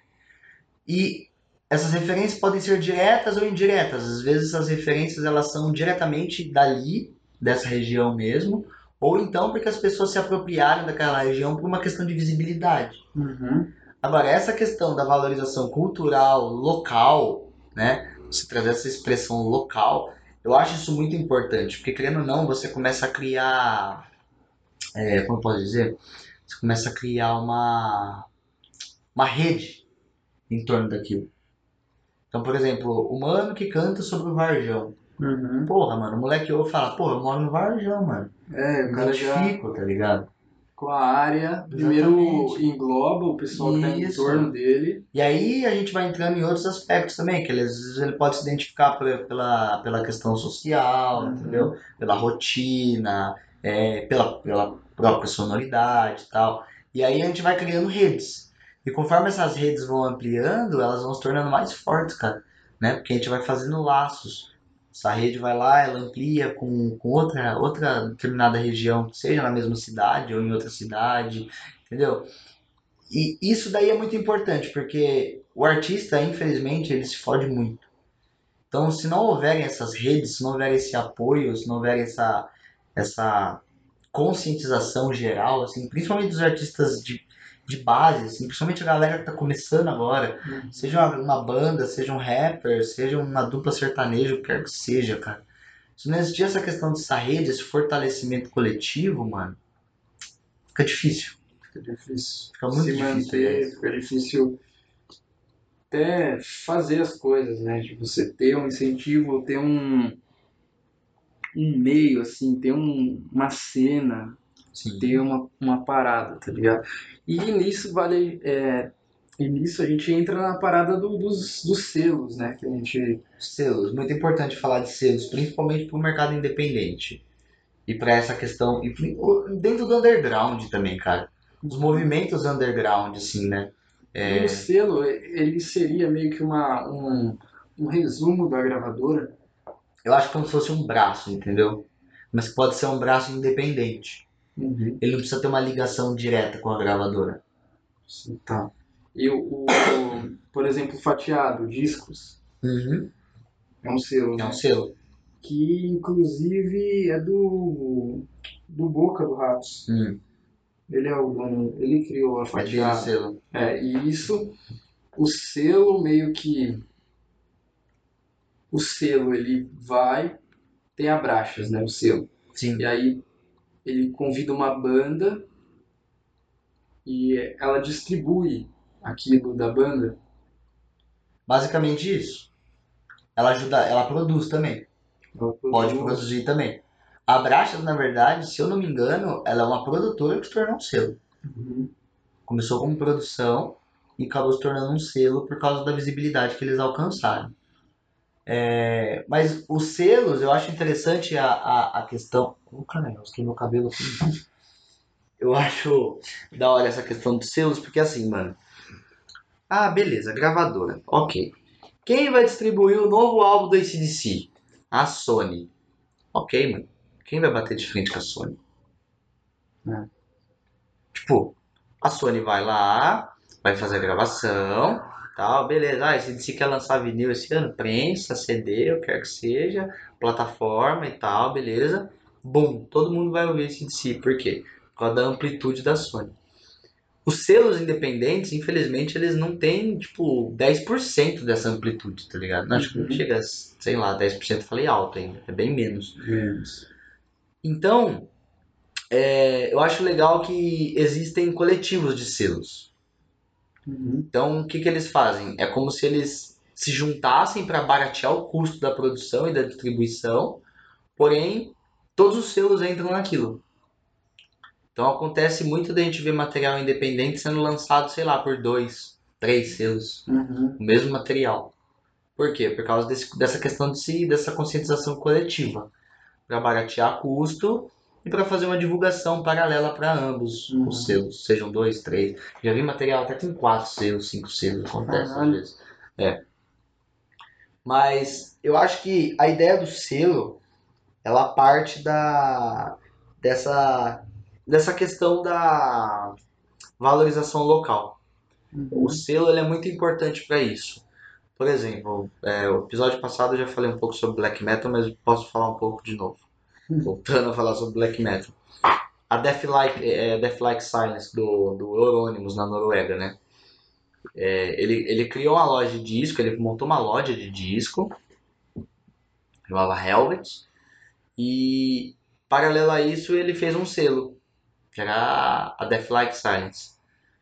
E essas referências podem ser diretas ou indiretas. Às vezes essas referências elas são diretamente dali, dessa região mesmo, ou então porque as pessoas se apropriaram daquela região por uma questão de visibilidade. Agora, essa questão da valorização cultural, local, né? Você trazer essa expressão local, eu acho isso muito importante, porque querendo ou não, você começa a criar, como eu posso dizer? Você começa a criar uma rede em torno daquilo. Então, por exemplo, o mano que canta sobre o Varjão. Porra, mano, o moleque ouve e fala, porra, eu moro no Varjão, mano. O cara identifico, tá ligado? Com a área, primeiro engloba o pessoal que tá em torno dele. E aí a gente vai entrando em outros aspectos também, que às vezes ele pode se identificar pela questão social, entendeu? Pela rotina, pela própria sonoridade e tal. E aí a gente vai criando redes. E conforme essas redes vão ampliando, elas vão se tornando mais fortes, cara, né? Porque a gente vai fazendo laços. Essa rede vai lá, ela amplia com outra determinada região, seja na mesma cidade ou em outra cidade, entendeu? E isso daí é muito importante, porque o artista, infelizmente, ele se fode muito. Então, se não houverem essas redes, se não houver esse apoio, se não houver essa conscientização geral, assim, principalmente dos artistas de base, assim, principalmente a galera que está começando agora, seja uma banda, seja um rapper, seja uma dupla sertaneja, o que quer que seja, cara. Se não existir essa questão dessa rede, esse fortalecimento coletivo, mano, fica difícil. Fica difícil Fica muito se difícil, manter, aliás. fica difícil até fazer as coisas, né? De você ter um incentivo, ter um meio, assim, ter uma cena, ter Sim. uma parada, tá ligado? E nisso vale. E nisso a gente entra na parada dos selos, né? Que a gente. Selos, muito importante falar de selos, principalmente para o mercado independente. E para essa questão, e dentro do underground também, cara. Os movimentos underground, assim, né? E o selo, ele seria meio que um resumo da gravadora. Eu acho como se fosse um braço, entendeu? Mas que pode ser um braço independente. Uhum. Ele não precisa ter uma ligação direta com a gravadora. Tá. E por exemplo, fatiado, discos, Uhum. é um selo, É um né? selo. Que inclusive é do Boca do Ratos. Hum. Ele é o dono, ele criou a É dele o fatiada. selo. E isso, o selo meio que. O selo ele vai, tem abraças, né? O selo. E Sim. aí ele convida uma banda e ela distribui aquilo da banda. Basicamente isso. Ela ajuda, ela produz também. Ela Pode produz. produzir também. A Brachas, na verdade, se eu não me engano, ela é uma produtora que se tornou um selo. Uhum. Começou como produção e acabou se tornando um selo por causa da visibilidade que eles alcançaram. Mas os selos, eu acho interessante a questão. Oh, caralho, eu esqueci meu cabelo aqui. Eu acho da hora essa questão dos selos, porque assim, mano. Ah, beleza, gravadora. Ok. Quem vai distribuir o novo álbum do AC/DC? A Sony. Ok, mano. Quem vai bater de frente com a Sony? É. Tipo, a Sony vai lá, vai fazer a gravação, tal, beleza. Ah, esse DC quer lançar vinil esse ano? Prensa, CD, o que quer que seja, plataforma e tal, beleza. Bum, todo mundo vai ouvir esse DC. Por quê? Por causa da amplitude da Sony. Os selos independentes, infelizmente, eles não têm, tipo, 10% dessa amplitude, tá ligado? Não, acho que não Uhum. chega a, sei lá, 10%, falei alto ainda, é bem menos. Menos. Então, eu acho legal que existem coletivos de selos. Uhum. Então, o que eles fazem? É como se eles se juntassem para baratear o custo da produção e da distribuição, porém, todos os selos entram naquilo. Então, acontece muito da gente ver material independente sendo lançado, sei lá, por 2, 3 selos, Uhum. o mesmo material. Por quê? Por causa dessa questão de si, dessa conscientização coletiva, para baratear custo e para fazer uma divulgação paralela para ambos os Uhum. selos, sejam 2, 3. Já vi material até com 4 selos, 5 selos, acontece às Caralho. vezes. É. Mas eu acho que a ideia do selo, ela parte dessa, dessa questão da valorização local. O Uhum. selo ele é muito importante para isso. Por exemplo, o episódio passado eu já falei um pouco sobre black metal, mas posso falar um pouco de novo. Voltando a falar sobre black metal. A Death Like Silence do Euronymous na Noruega, né? Ele criou uma loja de disco, ele montou uma loja de disco, chamava Helvet, e paralelo a isso ele fez um selo, que era a Death Like Silence.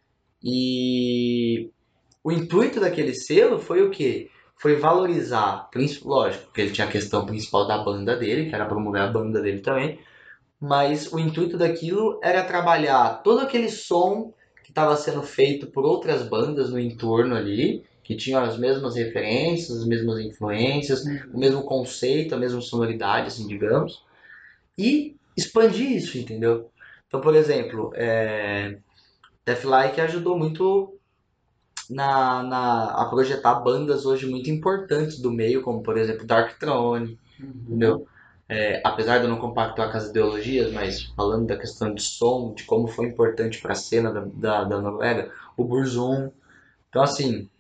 E o intuito daquele selo foi o quê? Foi valorizar, lógico, porque ele tinha a questão principal da banda dele, que era promover a banda dele também, mas o intuito daquilo era trabalhar todo aquele som que estava sendo feito por outras bandas no entorno ali, que tinham as mesmas referências, as mesmas influências, o Uhum. mesmo conceito, a mesma sonoridade, assim, digamos, e expandir isso, entendeu? Então, por exemplo, Deathlike ajudou muito. a projetar bandas hoje muito importantes do meio, como por exemplo Dark Throne, entendeu? Apesar de eu não compactuar com as ideologias, mas falando da questão de som, de como foi importante para a cena da Noruega, o Burzum. Então, assim,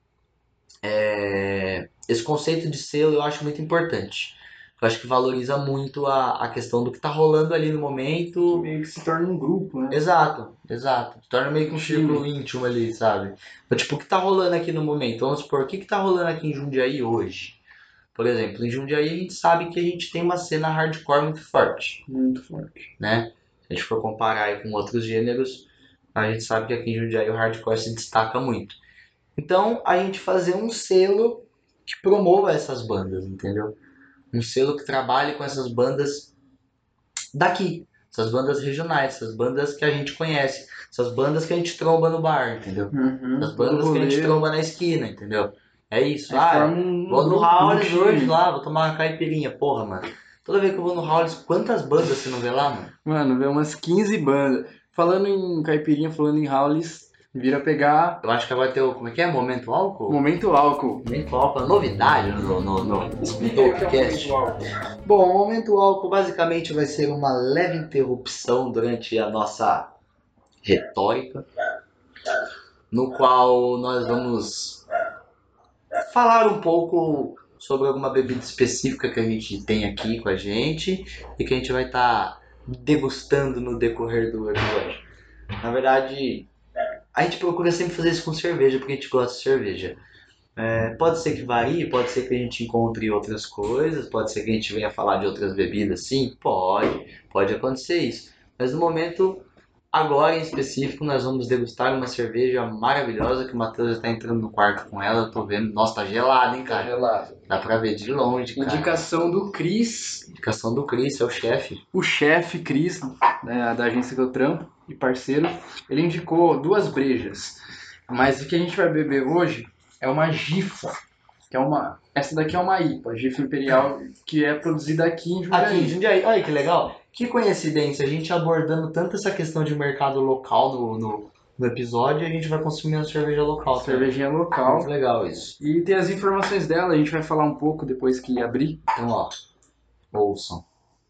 esse conceito de selo eu acho muito importante. Eu acho que valoriza muito a questão do que tá rolando ali no momento. Meio que se torna um grupo, né? Exato, exato. Torna meio que um círculo íntimo ali, sabe? Então, tipo, o que tá rolando aqui no momento? Vamos supor, o que tá rolando aqui em Jundiaí hoje? Por exemplo, em Jundiaí a gente sabe que a gente tem uma cena hardcore muito forte. Muito forte. Né? Se a gente for comparar aí com outros gêneros, a gente sabe que aqui em Jundiaí o hardcore se destaca muito. Então, a gente fazer um selo que promova essas bandas, entendeu? Um selo que trabalhe com essas bandas daqui, essas bandas regionais, essas bandas que a gente conhece, essas bandas que a gente tromba no bar, entendeu? Essas bandas que a gente tromba na esquina, entendeu? É isso. Vou no Howlis hoje lá, vou tomar uma caipirinha, porra, mano. Toda vez que eu vou no Howlis, quantas bandas você não vê lá, mano? Mano, vê umas 15 bandas. Falando em caipirinha, falando em Howlis, vira pegar. Eu acho que vai ter o. Como é que é? Momento álcool? Momento álcool. Momento álcool, novidade no podcast. Bom, o momento álcool basicamente vai ser uma leve interrupção durante a nossa retórica, no qual nós vamos falar um pouco sobre alguma bebida específica que a gente tem aqui com a gente e que a gente vai estar degustando no decorrer do episódio. Na verdade, a gente procura sempre fazer isso com cerveja, porque a gente gosta de cerveja. Pode ser que varie, pode ser que a gente encontre outras coisas, pode ser que a gente venha falar de outras bebidas, sim, pode acontecer isso. Mas no momento, agora em específico, nós vamos degustar uma cerveja maravilhosa que o Matheus já está entrando no quarto com ela, eu tô vendo. Nossa, tá gelado, hein, cara? Tá gelado. Dá pra ver de longe, cara. Indicação do Cris. Indicação do Cris, é o chefe. O chefe Cris, né, da agência que eu trampo e parceiro, ele indicou 2 brejas. Mas o que a gente vai beber hoje é uma Gifa, que é uma... Essa daqui é uma IPA, Gifa Imperial, que é produzida aqui em Jundiaí. Aqui em Jundiaí, olha que legal. Que coincidência, a gente abordando tanto essa questão de mercado local no episódio, a gente vai consumir uma cerveja local. Cervejinha local. Muito legal isso. E tem as informações dela, a gente vai falar um pouco depois que abrir. Então, ó, ouçam.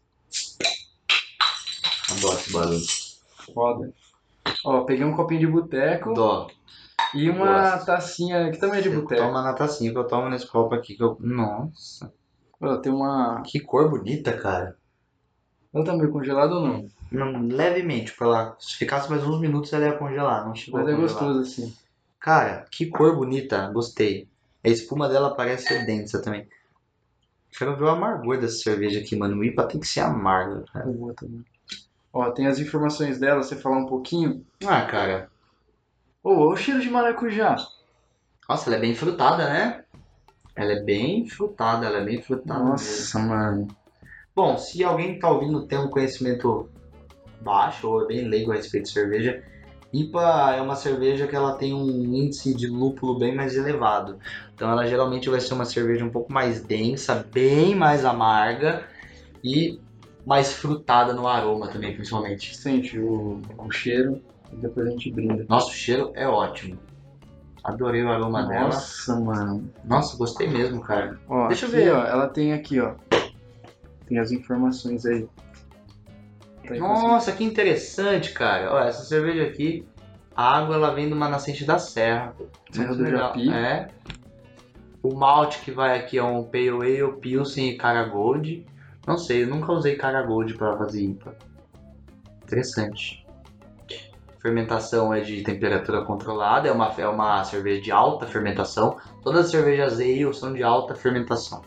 Adoro esse barulho. Foda. Ó, peguei um copinho de boteco. Adoro. E uma tacinha que também é de boteco. Toma na tacinha que eu tomo nesse copo aqui que eu... Nossa. Ó, tem uma... Que cor bonita, cara. Ela tá meio congelada ou não? Não, levemente, pra lá. Se ficasse mais uns minutos ela ia congelar, não chegou. Mas é gostoso assim. Cara, que cor bonita, gostei. A espuma dela parece ser densa também. Quero ver o amargor dessa cerveja aqui, mano. O IPA tem que ser amargo, cara. Boa também. Ó, tem as informações dela, você falar um pouquinho. Ah, cara. Ô, o cheiro de maracujá. Nossa, ela é bem frutada, né? Ela é bem frutada. Nossa, mano. Bom, se alguém que tá ouvindo tem um conhecimento baixo ou é bem leigo a respeito de cerveja, IPA é uma cerveja que ela tem um índice de lúpulo bem mais elevado. Então ela geralmente vai ser uma cerveja um pouco mais densa, bem mais amarga e mais frutada no aroma também, principalmente. Sente o cheiro e depois a gente brinda. Nossa, o cheiro é ótimo. Adorei o aroma dela. Nossa, mano. Nossa, gostei mesmo, cara. Ó, deixa eu aqui, ver. Ó, ela tem aqui, ó. Tem as informações aí. Nossa, que interessante, cara. Olha, essa cerveja aqui, a água ela vem de uma nascente da serra. Serra do Japi. É. O malte que vai aqui é um Pale Ale, Pilsen e Cara Gold. Não sei, eu nunca usei Cara Gold para fazer IPA. Interessante. Fermentação é de temperatura controlada, é uma cerveja de alta fermentação. Todas as cervejas ale são de alta fermentação.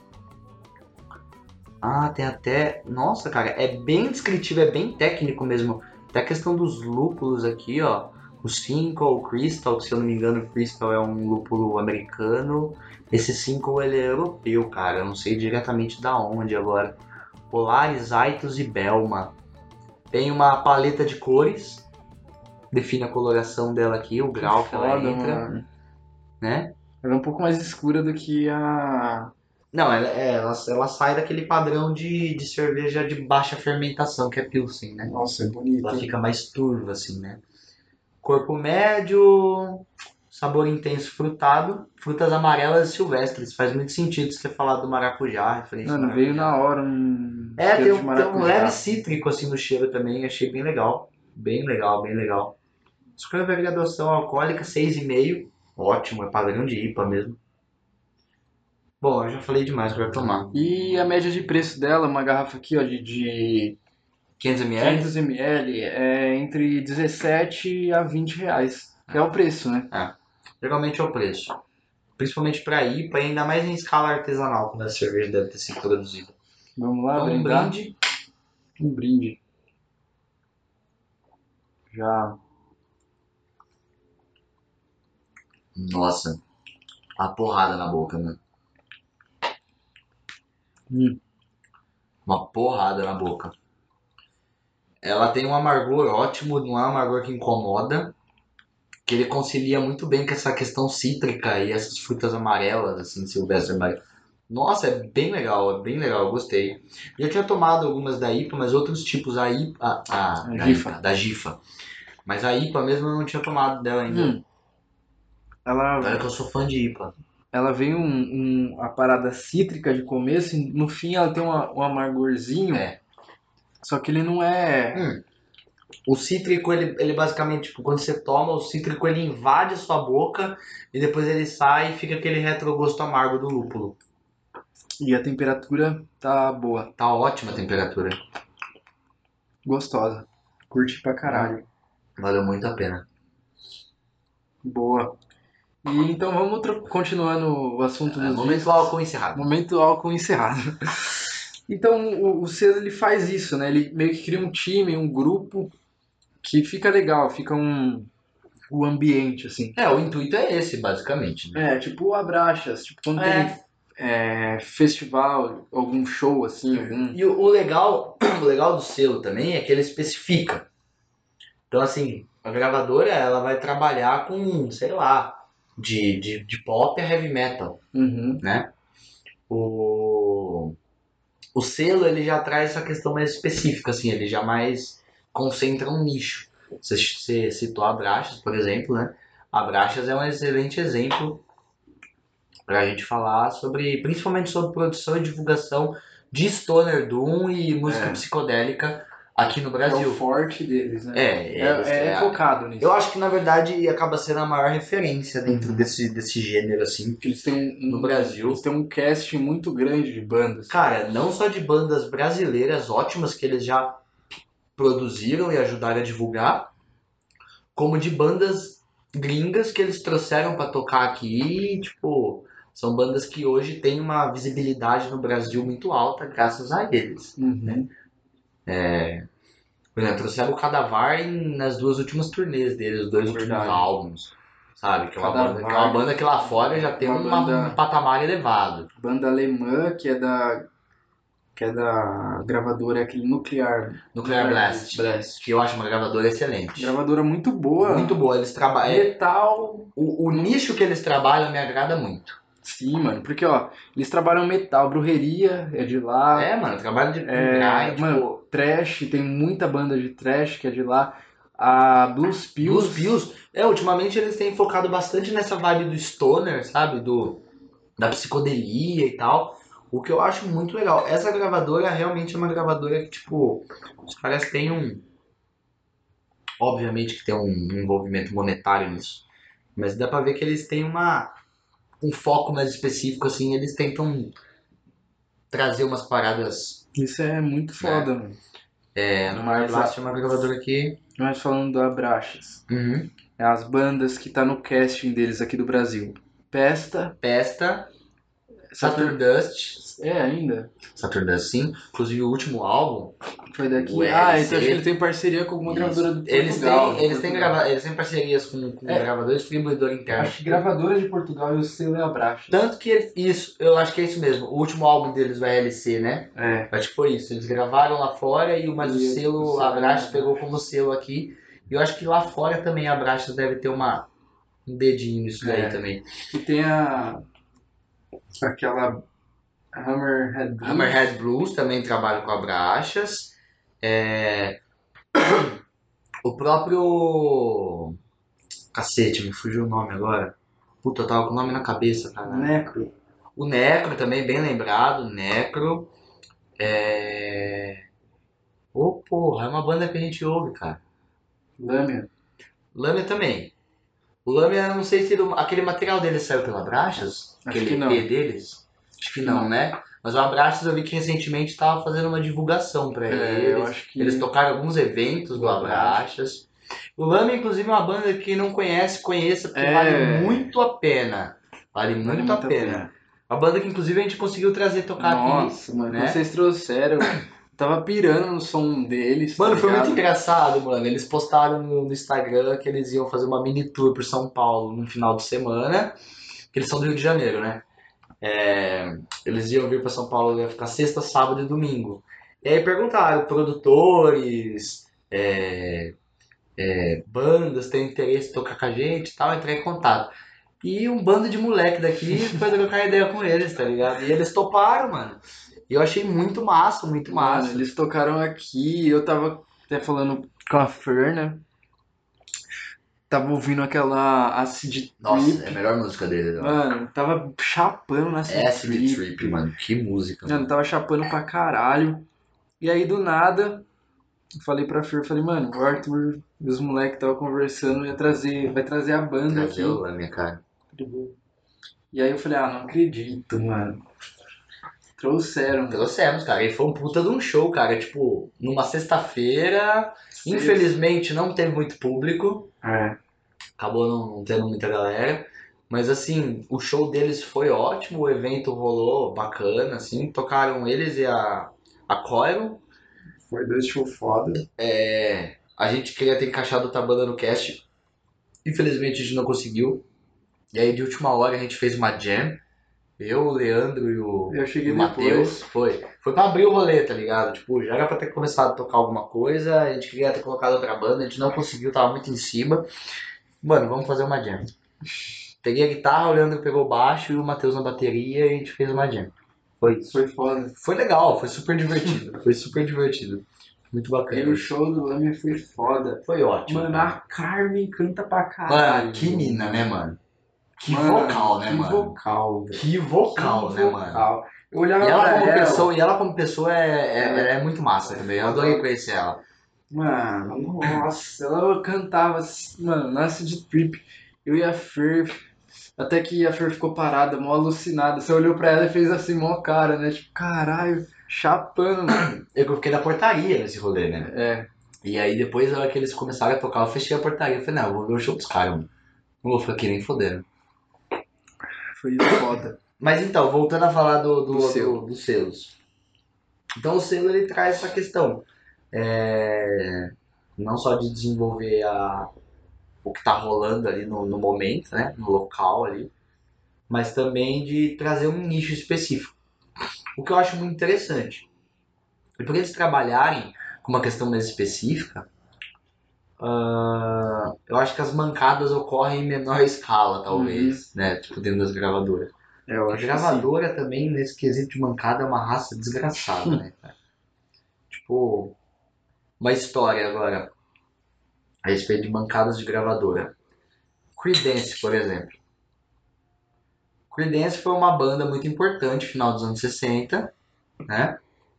Ah, tem até... Nossa, cara, é bem descritivo, é bem técnico mesmo. Até a questão dos lúpulos aqui, ó. O Simcoe, o Crystal, que se eu não me engano o Crystal é um lúpulo americano. Esse Simcoe ele é europeu, cara. Eu não sei diretamente da onde agora. Polaris, Aitos e Belma. Tem uma paleta de cores. Define a coloração dela aqui, o grau que ela entra. Mano. Né? Ela é um pouco mais escura do que a... Não, ela sai daquele padrão de cerveja de baixa fermentação, que é Pilsen, né? Nossa, é bonita. Ela fica mais turva, assim, né? Corpo médio... sabor intenso frutado, frutas amarelas e silvestres. Faz muito sentido você ter falado do maracujá, referência ao Mano, veio maracujá. na hora um É, cheiro de tem um maracujá. leve cítrico assim no cheiro também, achei bem legal. Bem legal, bem legal. Escreve a graduação alcoólica 6,5. Ótimo, é padrão de IPA mesmo. Bom, eu já falei demais, agora tomar. E a média de preço dela, uma garrafa aqui, ó, de 500 ml? 500 ml, é entre 17 a 20 reais. Que é o preço, né? É, geralmente é o preço. Principalmente para IPA e ainda mais em escala artesanal, quando a cerveja deve ter sido produzida. Vamos lá, Então, um brindar. brinde. Um brinde. Já. Nossa, a porrada na boca, né? Uma porrada na boca. Ela tem um amargor ótimo, não é um amargor que incomoda, que ele concilia muito bem com essa questão cítrica e essas frutas amarelas, assim, silvestre amarelo. Nossa, é bem legal, eu gostei. Já tinha tomado algumas da IPA, mas outros tipos, a IPA, da GIFA. Mas a IPA mesmo eu não tinha tomado dela ainda. Olha que eu sou fã de IPA. Ela vem a parada cítrica de começo e no fim ela tem um amargorzinho. É. Só que ele não é... O cítrico, ele basicamente, tipo, quando você toma, o cítrico ele invade a sua boca e depois ele sai e fica aquele retrogosto amargo do lúpulo. E a temperatura tá boa. Tá ótima a temperatura. Gostosa. Curti pra caralho. Valeu muito a pena. Boa. E então vamos continuando o assunto dos Momento álcool encerrado. Momento álcool encerrado. Então o selo ele faz isso, né? Ele meio que cria um time, um grupo que fica legal, fica o ambiente, assim. O intuito é esse, basicamente. Né? Tipo o Abraxas, tipo quando tem festival, algum show, assim, algum... E o legal do selo também é que ele especifica. Então, assim, a gravadora, ela vai trabalhar com, sei lá, de pop a heavy metal, né? O selo, ele já traz essa questão mais específica, assim, ele já mais concentra um nicho. Você citou a Abraxas, por exemplo, né? A Abraxas é um excelente exemplo pra gente falar sobre, principalmente sobre produção e divulgação de Stoner Doom e música psicodélica aqui no Brasil. É o forte deles, né? É focado nisso. Eu acho que, na verdade, acaba sendo a maior referência dentro desse gênero, assim, eles têm no Brasil. Eles têm um casting muito grande de bandas. Cara, não só de bandas brasileiras ótimas que eles já produziram e ajudaram a divulgar, como de bandas gringas que eles trouxeram pra tocar aqui, tipo... São bandas que hoje têm uma visibilidade no Brasil muito alta graças a eles. Né? Por exemplo, trouxeram o Cadavar nas duas últimas turnês deles, os dois últimos álbuns. Sabe? Que é uma banda que lá fora já tem um patamar elevado. Banda alemã que é da gravadora aquele Nuclear Blast. Que eu acho uma gravadora excelente. Gravadora muito boa. Muito boa. Eles trabalham. Metal. O nicho que eles trabalham me agrada muito. Sim, mano, porque ó, eles trabalham metal, Brujeria é de lá. Mano, trabalho de mano, trash, tem muita banda de trash que é de lá. A Blues Pills. Ultimamente eles têm focado bastante nessa vibe do stoner, sabe? Da psicodelia e tal. O que eu acho muito legal. Essa gravadora realmente é uma gravadora que, tipo, os caras têm obviamente que tem um envolvimento monetário nisso. Mas dá pra ver que eles têm um foco mais específico, assim, eles tentam trazer umas paradas. Isso é muito foda, mano. No Blast é uma gravadora que... Mas falando do Abraxas, é as bandas que tá no casting deles aqui do Brasil. Pesta, Saturn Dust. Ainda? Saturn Dust, sim. Inclusive o último álbum foi daqui. Então acho que ele tem parceria com alguma gravadora do Portugal. Eles têm parcerias com gravadores de distribuidor interno. Acho que gravadora de Portugal e o selo é Abraxas. Tanto que eu acho que é isso mesmo. O último álbum deles, o LC, né? Acho que foi isso. Eles gravaram lá fora mas o selo Abraxas pegou como selo aqui. E eu acho que lá fora também a Abraxas deve ter um dedinho nisso daí também. E tem aquela Hammerhead Blues também trabalha com Abraxas. O próprio Cacete, me fugiu o nome agora. Puta, eu tava com o nome na cabeça, cara. Necro. O Necro também, bem lembrado, Necro. Ô, porra, é uma banda que a gente ouve, cara. Lâmina. Lâmina também. O Lâmina, eu não sei se aquele material deles saiu pela Brachas, Acho aquele que não. EP deles. Acho que não, né? Mas o Abraxas eu vi que recentemente estava fazendo uma divulgação pra eles. Eu acho que... Eles tocaram alguns eventos do Abraxas. O Lâmina, inclusive, é uma banda que quem não conhece, conheça, porque vale muito a pena. Vale muito a pena. Uma banda que, inclusive, a gente conseguiu trazer tocar aqui. Nossa, mano, né? quando vocês trouxeram, eu tava pirando no som deles. Mano, tá foi muito ligado? engraçado, mano. Eles postaram no Instagram que eles iam fazer uma mini tour por São Paulo no final de semana. Que eles são do Rio de Janeiro, né? Eles iam vir pra São Paulo, ia ficar sexta, sábado e domingo. E aí perguntaram, produtores, bandas, tem interesse em tocar com a gente e tal, entrei em contato. E um bando de moleque daqui foi trocar ideia com eles, tá ligado? E eles toparam, mano. E eu achei muito massa, muito massa. Mano, eles tocaram aqui, eu tava até falando com a Fer, né? Tava ouvindo aquela Acid Nossa, Trip. é a melhor música dele, né? Mano, tava chapando na Acid Acid Trip, mano. Que música, Mano, mano. tava chapando pra caralho. E aí, do nada, eu falei pra Fer, falei, mano, o Arthur e os moleques tava conversando, vai trazer a banda Trazer aqui. o Lâmina, cara. E aí eu falei, não acredito, mano. Trouxemos, cara. E foi um puta de um show, cara. Tipo, numa sexta-feira. Infelizmente não teve muito público. Acabou não tendo muita galera. Mas assim, o show deles foi ótimo, o evento rolou bacana, assim. Tocaram eles e a Coiro. Foi 2 shows foda. A gente queria ter encaixado outra banda no cast. Infelizmente a gente não conseguiu. E aí de última hora a gente fez uma jam. Eu, o Leandro e o Matheus. Foi pra abrir o rolê, tá ligado? Tipo, já era pra ter começado a tocar alguma coisa, a gente queria ter colocado outra banda, a gente não conseguiu, tava muito em cima. Mano, vamos fazer uma jam. Peguei a guitarra, o Leandro pegou o baixo e o Matheus na bateria e a gente fez uma jam. Foi isso. Foi foda. Foi legal, foi super divertido. Foi super divertido. Muito bacana. E o show do Lâmina foi foda. Foi ótimo. Mano, cara. A Carmen canta pra caralho. Mano, que mina, né, mano? Que Mano, vocal, né, que mano? Vocal, velho. Que vocal, Que né, vocal. mano? Eu olhava E ela pra como ela. pessoa, ela é muito massa também. Eu adorei conhecer ela. Mano, nossa, ela cantava, mano, nasce de trip. Eu e a Fer, até que a Fer ficou parada, mó alucinada. Você olhou pra ela e fez assim, mó cara, né? Tipo, caralho, chapando, mano. Eu fiquei na portaria nesse rolê, né? É. E aí depois, na hora que eles começaram a tocar, eu fechei a portaria. Eu falei, não, eu vou ver o show dos caras, mano. Não vou ficar aqui nem fodendo. Foi foda. Mas então, voltando a falar dos selo. selos. Então o selo ele traz essa questão. Não só de desenvolver o que tá rolando ali no momento, né? No local ali. Mas também de trazer um nicho específico. O que eu acho muito interessante. E por eles trabalharem com uma questão mais específica, eu acho que as mancadas ocorrem em menor escala, talvez, né? Tipo, dentro das gravadoras. Eu A acho gravadora também, nesse quesito de mancada, é uma raça desgraçada, né, cara? Tipo, uma história agora a respeito de mancadas de gravadora. Creedence, por exemplo. Creedence foi uma banda muito importante no final dos anos 60, né?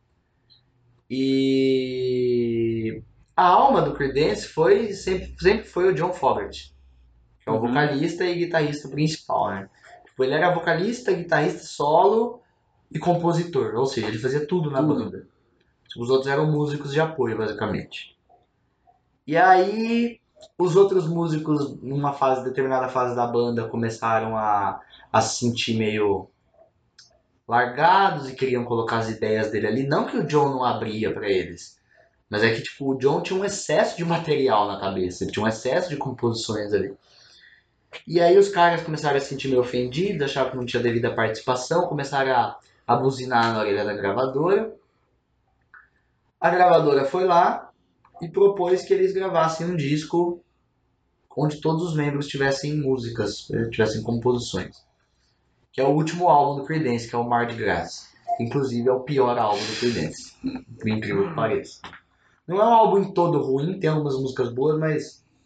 E a alma do Creedence sempre foi o John Fogerty, que é o vocalista e guitarrista principal, né? Tipo, ele era vocalista, guitarrista solo e compositor, ou seja, ele fazia tudo na banda. Os outros eram músicos de apoio, basicamente. E aí, os outros músicos, numa determinada fase da banda, começaram a se sentir meio largados e queriam colocar as ideias dele ali. Não que o John não abria pra eles, mas é que tipo, o John tinha um excesso de material na cabeça, ele tinha um excesso de composições ali. E aí os caras começaram a se sentir meio ofendidos, achavam que não tinha devida participação, começaram a buzinar na orelha da gravadora. A gravadora foi lá e propôs que eles gravassem um disco onde todos os membros tivessem músicas, tivessem composições. Que é o último álbum do Creedence, que é o Mar de Graça. Inclusive é o pior álbum do Creedence, por incrível que pareça. Não é um álbum todo ruim, tem algumas músicas boas, mas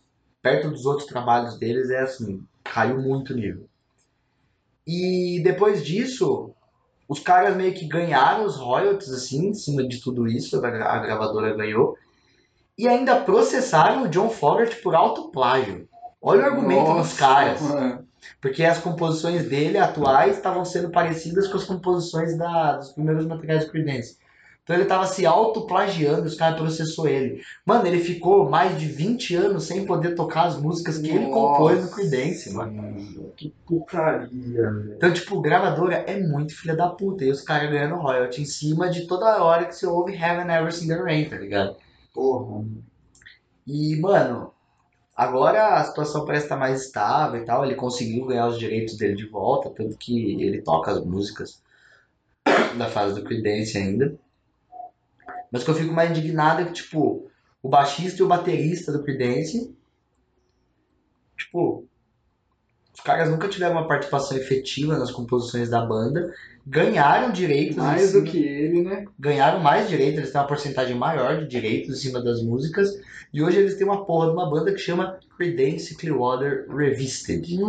perto dos outros trabalhos deles, é assim, caiu muito o nível. E depois disso, os caras meio que ganharam os royalties, assim, em cima de tudo isso, a gravadora ganhou, e ainda processaram o John Fogerty por autoplágio. Olha o argumento dos caras. Mano. Porque as composições dele atuais estavam sendo parecidas com as composições dos primeiros materiais do Creedence. Então ele tava se autoplagiando e os caras processou ele. Mano, ele ficou mais de 20 anos sem poder tocar as músicas que ele compôs no Creedence, mano. Que putaria, velho. Então, tipo, gravadora é muito filha da puta. E os caras ganhando royalty em cima de toda hora que você ouve Heaven Ever Seen the Rain, tá ligado? Porra. E, mano, agora a situação parece estar mais estável e tal. Ele conseguiu ganhar os direitos dele de volta, tanto que ele toca as músicas da fase do Creedence ainda. Mas o que eu fico mais indignado é que, tipo, o baixista e o baterista do Creedence, tipo, os caras nunca tiveram uma participação efetiva nas composições da banda, ganharam direitos mais do que ele, né? Ganharam mais direitos, eles têm uma porcentagem maior de direitos em cima das músicas, e hoje eles têm uma porra de uma banda que chama Creedence Clearwater Revisited.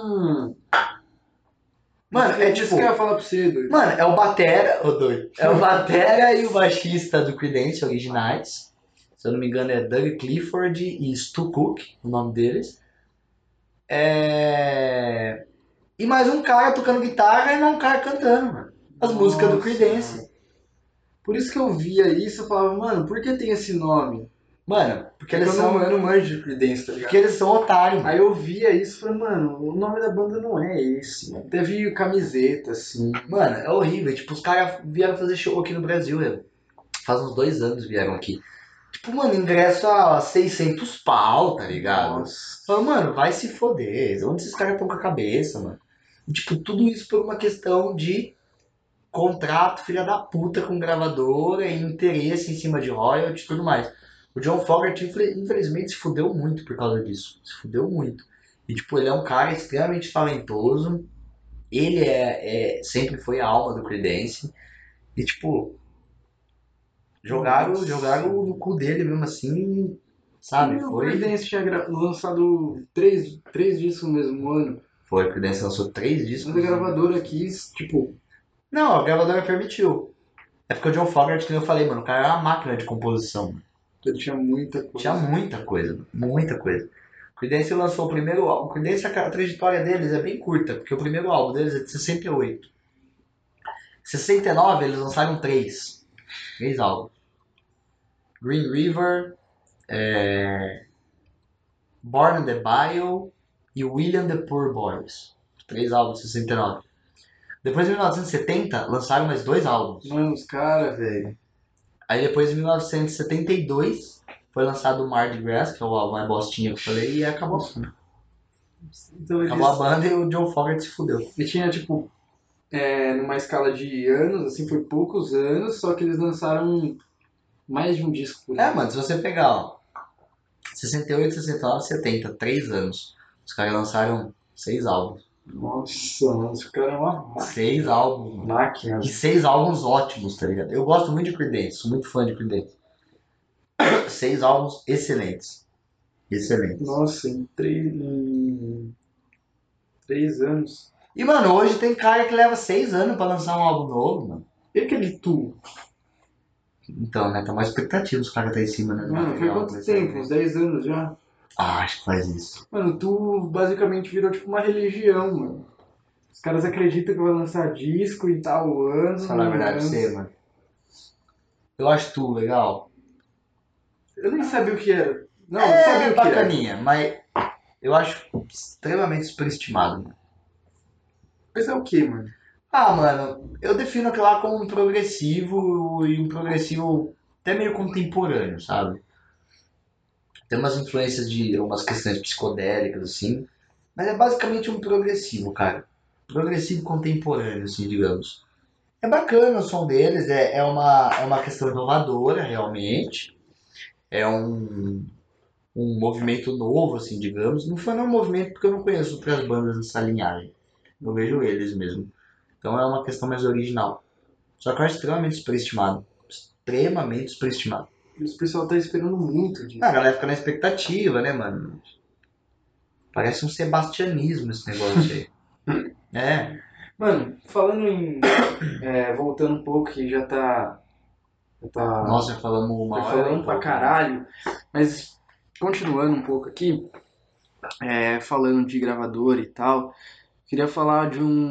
Mano, é tipo... Isso que eu ia falar pra você, doido. Mano, é o batera, doido. É o batera e o baixista do Creedence originais. Se eu não me engano é Doug Clifford e Stu Cook, o nome deles. E mais um cara tocando guitarra e mais um cara cantando, mano. As músicas do Creedence. Mano. Por isso que eu via isso e falava, mano, por que tem esse nome? Mano, porque eles eu são... não manjo de Creedence, tá ligado? Porque eles são otários. Aí eu via isso e falei, mano, o nome da banda não é esse. Teve camiseta, assim. Mano, é horrível. Tipo, os caras vieram fazer show aqui no Brasil, velho. Faz uns 2 anos vieram aqui. Tipo, mano, ingresso a 600 pau, tá ligado? Nossa. Falei, mano, vai se foder. Onde esses caras estão com a cabeça, mano? E, tipo, tudo isso por uma questão de contrato, filha da puta, com gravadora e interesse em cima de royalties e tudo mais. O John Fogerty, infelizmente, se fudeu muito por causa disso. Se fudeu muito. E, tipo, ele é um cara extremamente talentoso. Ele sempre foi a alma do Creedence. E, tipo, jogaram no cu dele mesmo assim, sabe? O Creedence tinha lançado três discos no mesmo ano. Foi, o Creedence lançou 3 discos. Mas a gravadora quis, tipo... Não, a gravadora permitiu. É porque o John Fogerty, que eu falei, mano, o cara era uma máquina de composição. Mano. Ele tinha muita coisa. Tinha muita coisa, muita coisa. O Creedence lançou o primeiro álbum. O Creedence, a trajetória deles é bem curta, porque o primeiro álbum deles é de 68. Em 69 eles lançaram 3 álbuns. Green River, Born in the Bayou e William the Poor Boys. 3 álbuns de 69. Depois, em 1970, lançaram mais 2 álbuns. Mano, os caras, velho. Aí depois, em 1972, foi lançado o Mardi Gras, que é o álbum mais bostinha que eu falei, e acabou. Então, acabou a banda e o John Fogerty se fudeu. E tinha, tipo, numa escala de anos, assim, foi poucos anos, só que eles lançaram mais de um disco por ano. Mano, se você pegar, ó, 68, 69, 70, 3 anos, os caras lançaram 6 álbuns. Nossa, mano, esse cara é uma máquina. 6 álbuns. Máquina. E 6 álbuns ótimos, tá ligado? Eu gosto muito de Creedence, sou muito fã de Creedence. 6 álbuns excelentes. Excelentes. Nossa, em 3 anos. E, mano, hoje tem cara que leva 6 anos pra lançar um álbum novo, mano. E aquele Tu? Então, né, tá mais expectativa os caras tá em cima, né? Mano, foi quanto tempo? Uns 10 anos já? Ah, acho que faz isso. Mano, Tu basicamente virou tipo uma religião, mano. Os caras acreditam que vai lançar disco em tal ano. Vou falar a verdade pra você, mano. Eu acho Tu legal. Eu nem sabia o que era. Não, não sabia o que bacaninha, mas eu acho extremamente superestimado, mano. Mas é o que, mano? Ah, mano, eu defino aquilo lá como um progressivo e um progressivo até meio contemporâneo, sabe? Tem umas influências de umas questões psicodélicas, assim, mas é basicamente um progressivo, cara. Progressivo contemporâneo, assim, digamos. É bacana o som deles, é uma questão inovadora, realmente. É um movimento novo, assim, digamos. Não foi um movimento porque eu não conheço outras bandas dessa linhagem. Eu vejo eles mesmo. Então é uma questão mais original. Só que eu acho extremamente superestimado. Extremamente superestimado. O pessoal tá esperando muito disso. A galera fica na expectativa, né, mano? Parece um sebastianismo esse negócio aí. É. Mano, falando em... voltando um pouco, que já tá... Nossa, já falamos uma já hora e falando pra pouco, caralho. Mas, continuando um pouco aqui, falando de gravador e tal, queria falar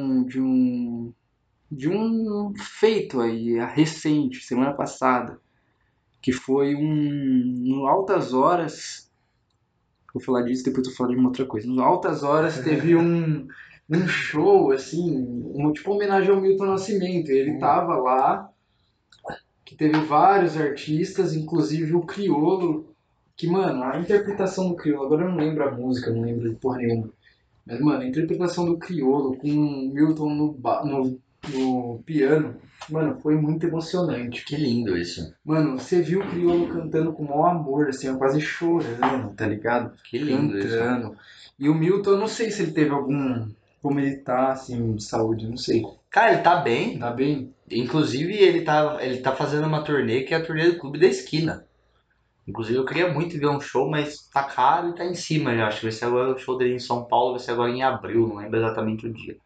de um feito aí, recente, semana passada, que foi no Altas Horas. Vou falar disso, depois eu falo de uma outra coisa. No Altas Horas teve um show, assim, tipo homenagem ao Milton Nascimento. Ele tava lá, que teve vários artistas, inclusive o Criolo, que, mano, a interpretação do Criolo, agora eu não lembro a música, não lembro de porra nenhuma. Mas, mano, a interpretação do Criolo com o Milton no piano, mano, foi muito emocionante. Que lindo isso. Mano, você viu o Criolo cantando com o maior amor, assim, quase chorando, tá ligado? Que lindo cantando. isso. E o Milton, eu não sei se ele teve como ele tá, assim, de saúde, não sei. Cara, ele tá bem. Tá bem? Inclusive, ele tá fazendo uma turnê que é a turnê do Clube da Esquina. Inclusive, eu queria muito ver um show, mas tá caro e tá em cima já. Acho que vai ser agora o show dele em São Paulo, vai ser agora em abril, não lembro exatamente o dia.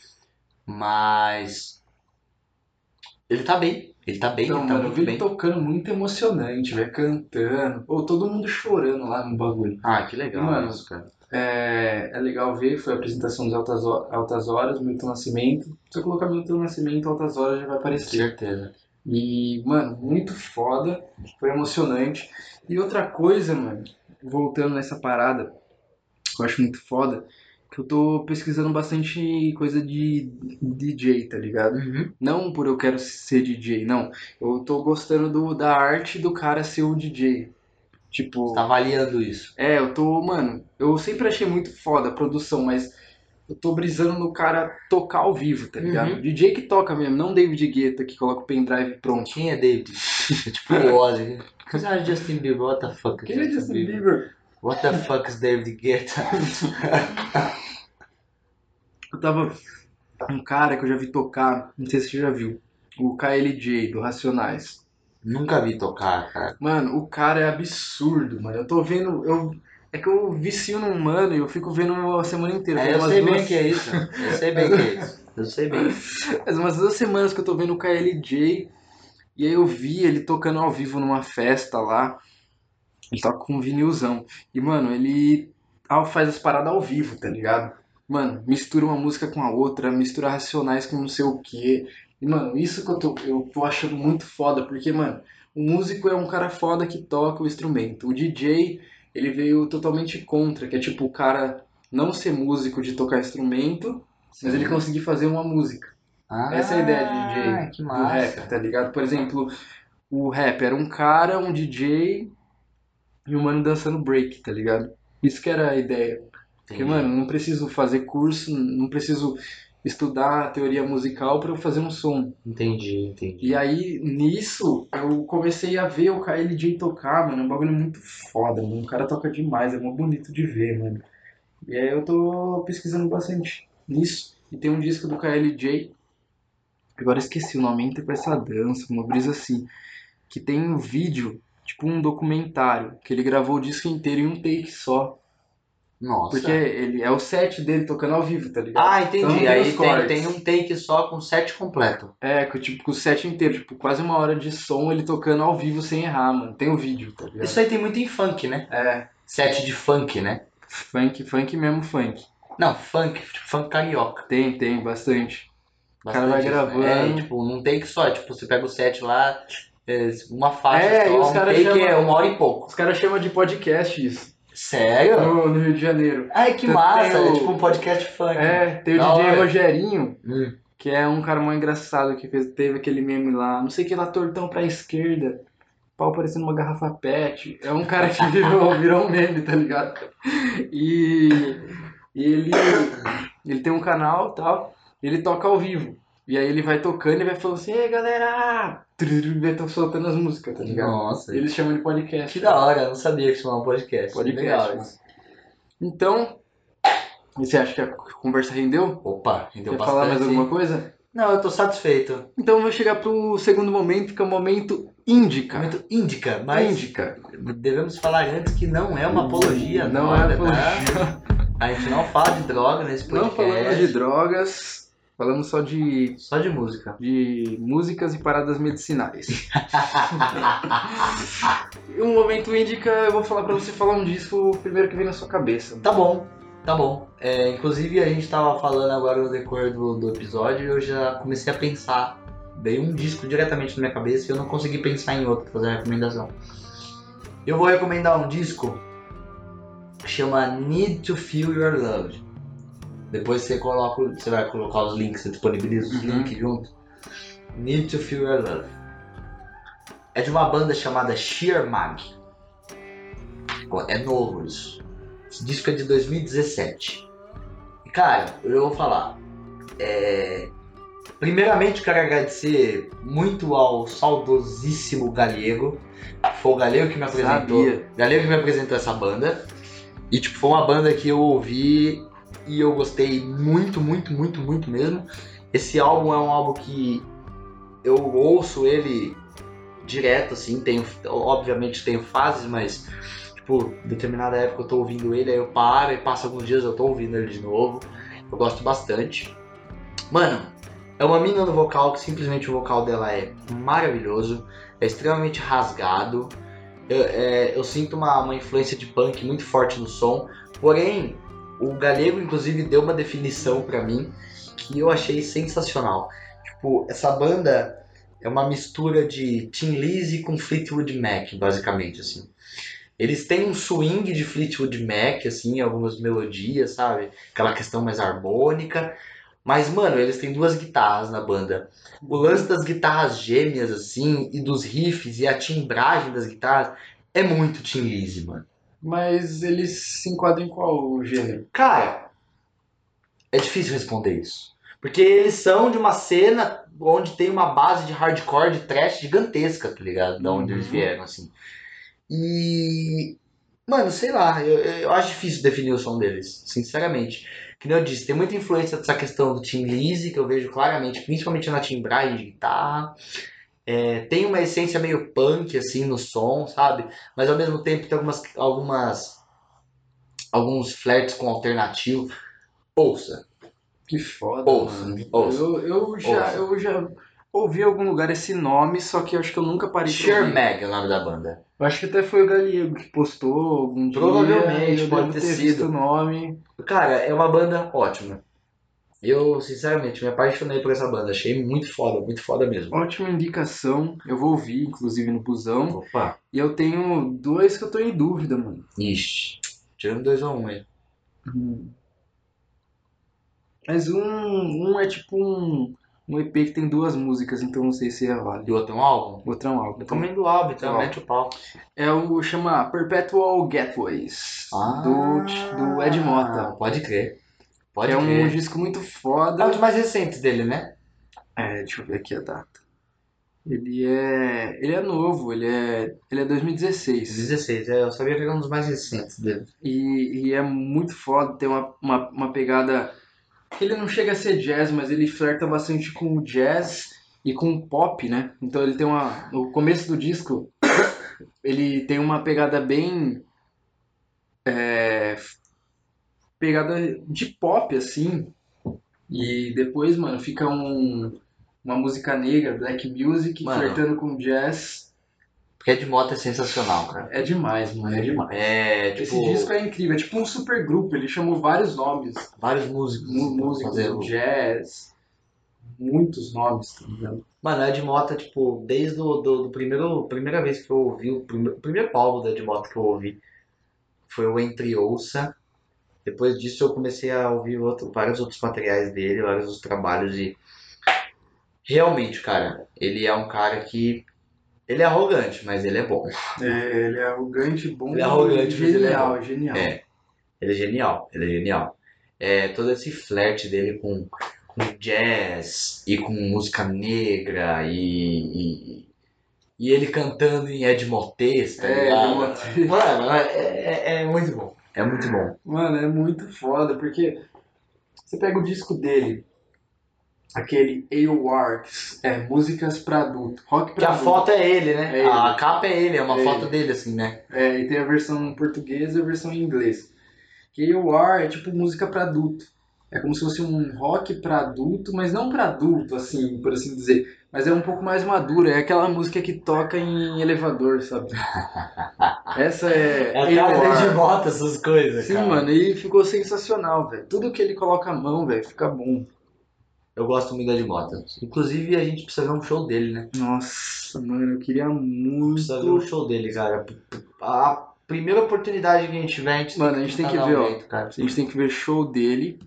Mas ele tá bem. Ele tá bem, Não, ele tá mano, eu muito vi ele bem. tocando muito emocionante, velho, cantando. Pô, todo mundo chorando lá no bagulho. Ah, que legal, E, mano, isso, cara. é legal ver, foi a apresentação dos Altas Horas, Milton Nascimento. Se eu colocar Milton Nascimento, Altas Horas já vai Com aparecer. certeza. E, mano, muito foda, foi emocionante. E outra coisa, mano, voltando nessa parada, que eu acho muito foda, que eu tô pesquisando bastante coisa de DJ, tá ligado? Uhum. Não por eu quero ser DJ, não. Eu tô gostando da arte do cara ser o DJ. Tipo, Você tá avaliando isso. mano, eu sempre achei muito foda a produção, mas eu tô brisando no cara tocar ao vivo, tá ligado? Uhum. DJ que toca mesmo, não David Guetta que coloca o pendrive pronto. Quem é David? É tipo o Ozzy. Quem é Justin Bieber? What the fuck is Quem é Justin Bieber? What the fuck is David Guetta? Eu tava um cara que eu já vi tocar, não sei se você já viu, o KLJ do Racionais. Nunca vi tocar, cara. Mano, o cara é absurdo, mano. Eu tô vendo, é que eu vicio num mano e eu fico vendo a semana inteira. Eu sei bem que é isso. Eu sei bem que é isso. Eu sei bem. Faz umas 2 semanas que eu tô vendo o KLJ e aí eu vi ele tocando ao vivo numa festa lá. Ele toca com um vinilzão. E, mano, ele faz as paradas ao vivo, tá ligado? Mano, mistura uma música com a outra, mistura Racionais com não sei o quê. E, mano, isso que eu tô achando muito foda, porque, mano, o músico é um cara foda que toca o instrumento. O DJ, ele veio totalmente contra, que é tipo o cara não ser músico de tocar instrumento, mas ele conseguir fazer uma música. Essa é a ideia de DJ, que do massa. rap, tá ligado? Por exemplo, o rap era um cara, um DJ e um mano dançando break, tá ligado? Isso que era a ideia. Porque, mano, não preciso fazer curso, não preciso estudar teoria musical pra eu fazer um som. Entendi. E aí, nisso, eu comecei a ver o KLJ tocar, mano. É um bagulho muito foda, mano. O cara toca demais, é muito bonito de ver, mano. E aí eu tô pesquisando bastante nisso. E tem um disco do KLJ, agora eu esqueci o nome, Entra pra essa dança, uma brisa assim. Que tem um vídeo, tipo um documentário, que ele gravou o disco inteiro em um take só. Nossa. Porque ele é o set dele tocando ao vivo, tá ligado? Ah, entendi. Então, Aí tem um take só com set completo. Com o set inteiro, tipo, quase 1 hora de som ele tocando ao vivo sem errar, mano. Tem o vídeo, tá ligado? Isso aí tem muito em funk, né? Set de funk, né? Funk mesmo, funk. Não, funk, tipo funk carioca. Tem, bastante. O cara vai Bastante, gravando. tipo, não take só, tipo, você pega o set lá, uma faixa E só, os um caras take chamam... é 1 hora e pouco. Os caras chamam de podcast isso. Sério? No Rio de Janeiro. Ai, que massa, é tipo um podcast funk. Tem o Da DJ hora. Rogerinho, que é um cara muito engraçado, que teve aquele meme lá, não sei o que lá, tortão pra esquerda, pau parecendo uma garrafa pet. É um cara que virou um meme, tá ligado? E ele tem um canal e tal, ele toca ao vivo. E aí ele vai tocando e vai falando assim, ei galera! Vai soltando as músicas, tá ligado? Nossa. Eles chamam de podcast. Que da hora, eu não sabia que chamava podcast. Podcast, legal mano. isso. Então, você acha que a conversa rendeu? Opa, rendeu Quer bastante. falar mais alguma coisa? Não, eu tô satisfeito. Então vou chegar pro segundo momento, que é o momento índica. Momento índica, mas Índica. devemos falar antes que não é uma apologia. Não nada, é apologia. Tá? A gente não fala de droga nesse podcast. Não falamos de drogas, falamos só de música. De músicas e paradas medicinais. E um momento indica, eu vou falar pra você falar um disco primeiro que vem na sua cabeça. Tá bom. Inclusive a gente tava falando agora no decorrer do episódio e eu já comecei a pensar. Veio um disco diretamente na minha cabeça e eu não consegui pensar em outro pra fazer a recomendação. Eu vou recomendar um disco que chama Need to Feel Your Love. Depois você vai colocar os links, você disponibiliza os links junto. Need to Feel Your Love. É de uma banda chamada Sheer Mag. É novo isso. Esse disco é de 2017. E cara, eu vou falar. Primeiramente quero agradecer muito ao saudosíssimo Galego. Foi o Galego que me apresentou. Galego que me apresentou essa banda. E tipo, foi uma banda que eu ouvi e eu gostei muito, muito, muito, muito mesmo. Esse álbum é um álbum que eu ouço ele direto, assim, obviamente tenho fases, mas tipo, em determinada época eu tô ouvindo ele, aí eu paro e passa alguns dias eu tô ouvindo ele de novo. Eu gosto bastante. Mano, é uma mina no vocal que simplesmente o vocal dela é maravilhoso, é extremamente rasgado. Eu sinto uma influência de punk muito forte no som, porém o Galego inclusive deu uma definição pra mim que eu achei sensacional. Tipo, essa banda é uma mistura de Tin Lizzy com Fleetwood Mac, basicamente, assim. Eles têm um swing de Fleetwood Mac, assim, algumas melodias, sabe? Aquela questão mais harmônica. Mas, mano, eles têm duas guitarras na banda. O lance das guitarras gêmeas, assim, e dos riffs e a timbragem das guitarras é muito Tin Lizzy, mano. Mas eles se enquadram em qual gênero? Cara, é difícil responder isso. Porque eles são de uma cena onde tem uma base de hardcore, de thrash gigantesca, tá ligado? Da onde eles vieram, assim. E... Mano, sei lá, eu acho difícil definir o som deles, sinceramente. Que nem eu disse, tem muita influência dessa questão do Tin Lizzy, que eu vejo claramente, principalmente na timbragem de guitarra. Tem uma essência meio punk, assim, no som, sabe? Mas ao mesmo tempo tem alguns flertes com alternativo. Ouça. Que foda, mano. Ouça. Eu já ouvi em algum lugar esse nome, só que eu acho que eu nunca parei pra Sheer ouvir. Mag é o nome da banda. Eu acho que até foi o Galego que postou algum dia. Provavelmente, pode ter visto o nome. Cara, é uma banda ótima. Eu, sinceramente, me apaixonei por essa banda. Achei muito foda mesmo. Ótima indicação. Eu vou ouvir, inclusive, no busão. Opa. E eu tenho dois que eu tô em dúvida, mano. Ixi. Tirando 2 ou 1 aí. Mas um é tipo um EP que tem duas músicas, então não sei se é válido. E o outro é um álbum? O outro é um álbum. Eu também do álbum, então mete o pau. Chama Perpetual Gateways, do Ed Mota. Pode crer. É um disco muito foda. É um dos mais recentes dele, né? Deixa eu ver aqui a data. Ele é novo, ele é 2016. 2016, eu sabia que era um dos mais recentes dele. E é muito foda, tem uma pegada... Ele não chega a ser jazz, mas ele flerta bastante com o jazz e com o pop, né? Então ele tem no começo do disco, ele tem uma pegada bem... pegada de pop, assim. E depois, mano, fica uma música negra, black music, flertando com jazz. Porque Ed Mota é sensacional, cara. É demais, mano, é demais. Esse tipo... disco é incrível, é tipo um super grupo, ele chamou vários nomes. Vários músicos. Músicos, jazz, muitos nomes, tá ligado? Mano, Ed Mota, tipo, desde primeira vez que eu ouvi, o primeiro álbum do Ed Mota que eu ouvi foi o Entre Ouça. Depois disso eu comecei a ouvir vários outros materiais dele, vários outros trabalhos e... Realmente, cara, ele é um cara que... Ele é arrogante, mas ele é bom. Ele é arrogante, bom. Ele é arrogante, genial, mas ele é bom. Ele é genial. Todo esse flerte dele com jazz e com música negra e ele cantando em Ed Motês, tá ligado? Mano, é muito bom. É muito bom. Mano, é muito foda, porque você pega o disco dele, aquele AOR, músicas pra adulto, rock pra adulto. Que a foto é ele, né? A capa é ele, é uma foto dele, assim, né? E tem a versão em português e a versão em inglês. Porque o AOR é tipo música pra adulto. É como se fosse um rock pra adulto, mas não pra adulto, assim, por assim dizer. Mas é um pouco mais maduro. É aquela música que toca em elevador, sabe? Essa É é a cara AOR. de bota essas coisas, Sim, cara. mano, e ficou sensacional, velho. Tudo que ele coloca a mão, velho, fica bom. Eu gosto muito da de Mota. Inclusive, a gente precisa ver um show dele, né? Nossa, mano, eu queria Precisa ver um muito. show dele, cara. A primeira oportunidade que a gente tiver, a gente Mano, a tem gente que tem tentar que dar ver, um ó. jeito, cara. A gente tem que ver show dele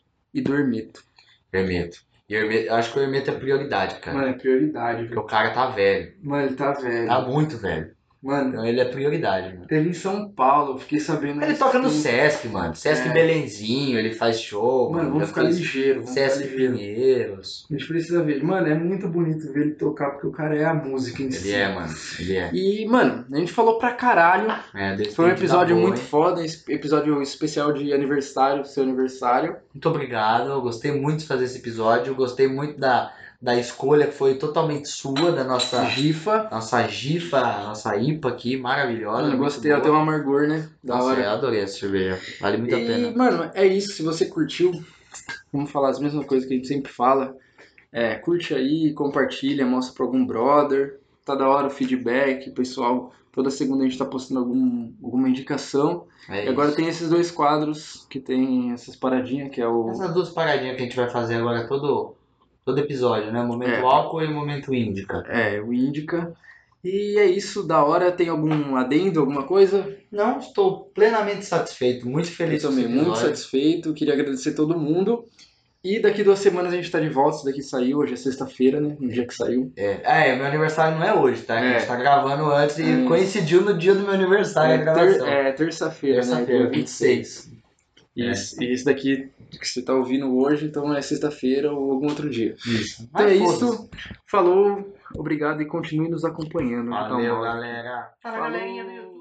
e do Hermeto. Hermeto. E eu acho que o Hermeto é prioridade, cara. Mano, é prioridade, Porque velho. o cara tá velho. Mano, ele tá Tá velho. muito velho. Mano, Então ele é prioridade, mano. teve em São Paulo, eu fiquei sabendo Ele isso. toca no Sesc, mano. Sesc É. Belenzinho, ele faz show, Mano, mano. vamos Já ficar fez ligeiro, vamos ficar Sesc ligeiro. Pinheiros. A gente precisa ver. Mano, é muito bonito ver ele tocar, porque o cara é a música em Ele si. é, mano. Ele é. E, mano, a gente falou pra caralho. É, desse Foi um tem que dar episódio boa, muito hein? foda, episódio especial de aniversário, seu aniversário. Muito obrigado. Eu gostei muito de fazer esse episódio. Eu gostei muito da escolha que foi totalmente sua, da nossa Gifa. GIFA, nossa IPA aqui, maravilhosa. Mano, Muito gostei, ela boa. tem um amargor, né? Da Nossa, eu hora. adorei essa cerveja. Vale muito a E, pena. mano, é isso. Se você curtiu, vamos falar as mesmas coisas que a gente sempre fala. Curte aí, compartilha, mostra pra algum brother. Tá da hora o feedback, pessoal. Toda segunda a gente tá postando alguma indicação. É E agora isso. tem esses dois quadros que tem essas paradinhas, que é o. Essas duas paradinhas que a gente vai fazer agora todo episódio, né? Momento É, álcool e momento índica. o Indica. E é isso, da hora. Tem algum adendo, alguma coisa? Não, estou plenamente satisfeito, muito Eu feliz com esse também, muito episódio. satisfeito. Queria agradecer todo mundo. E daqui 2 semanas a gente tá de volta. Isso daqui saiu, hoje é sexta-feira, né? No dia que saiu. Meu aniversário não é hoje, tá? A gente tá gravando antes e coincidiu no dia do meu aniversário a gravação. Terça-feira, né? Terça-feira, Dia 26. Isso, e isso daqui que você tá ouvindo hoje, então é sexta-feira ou algum outro dia. Isso. Então Mas é foda-se. isso. Falou, obrigado e continue nos acompanhando. Valeu, galera. Fala, galerinha do YouTube.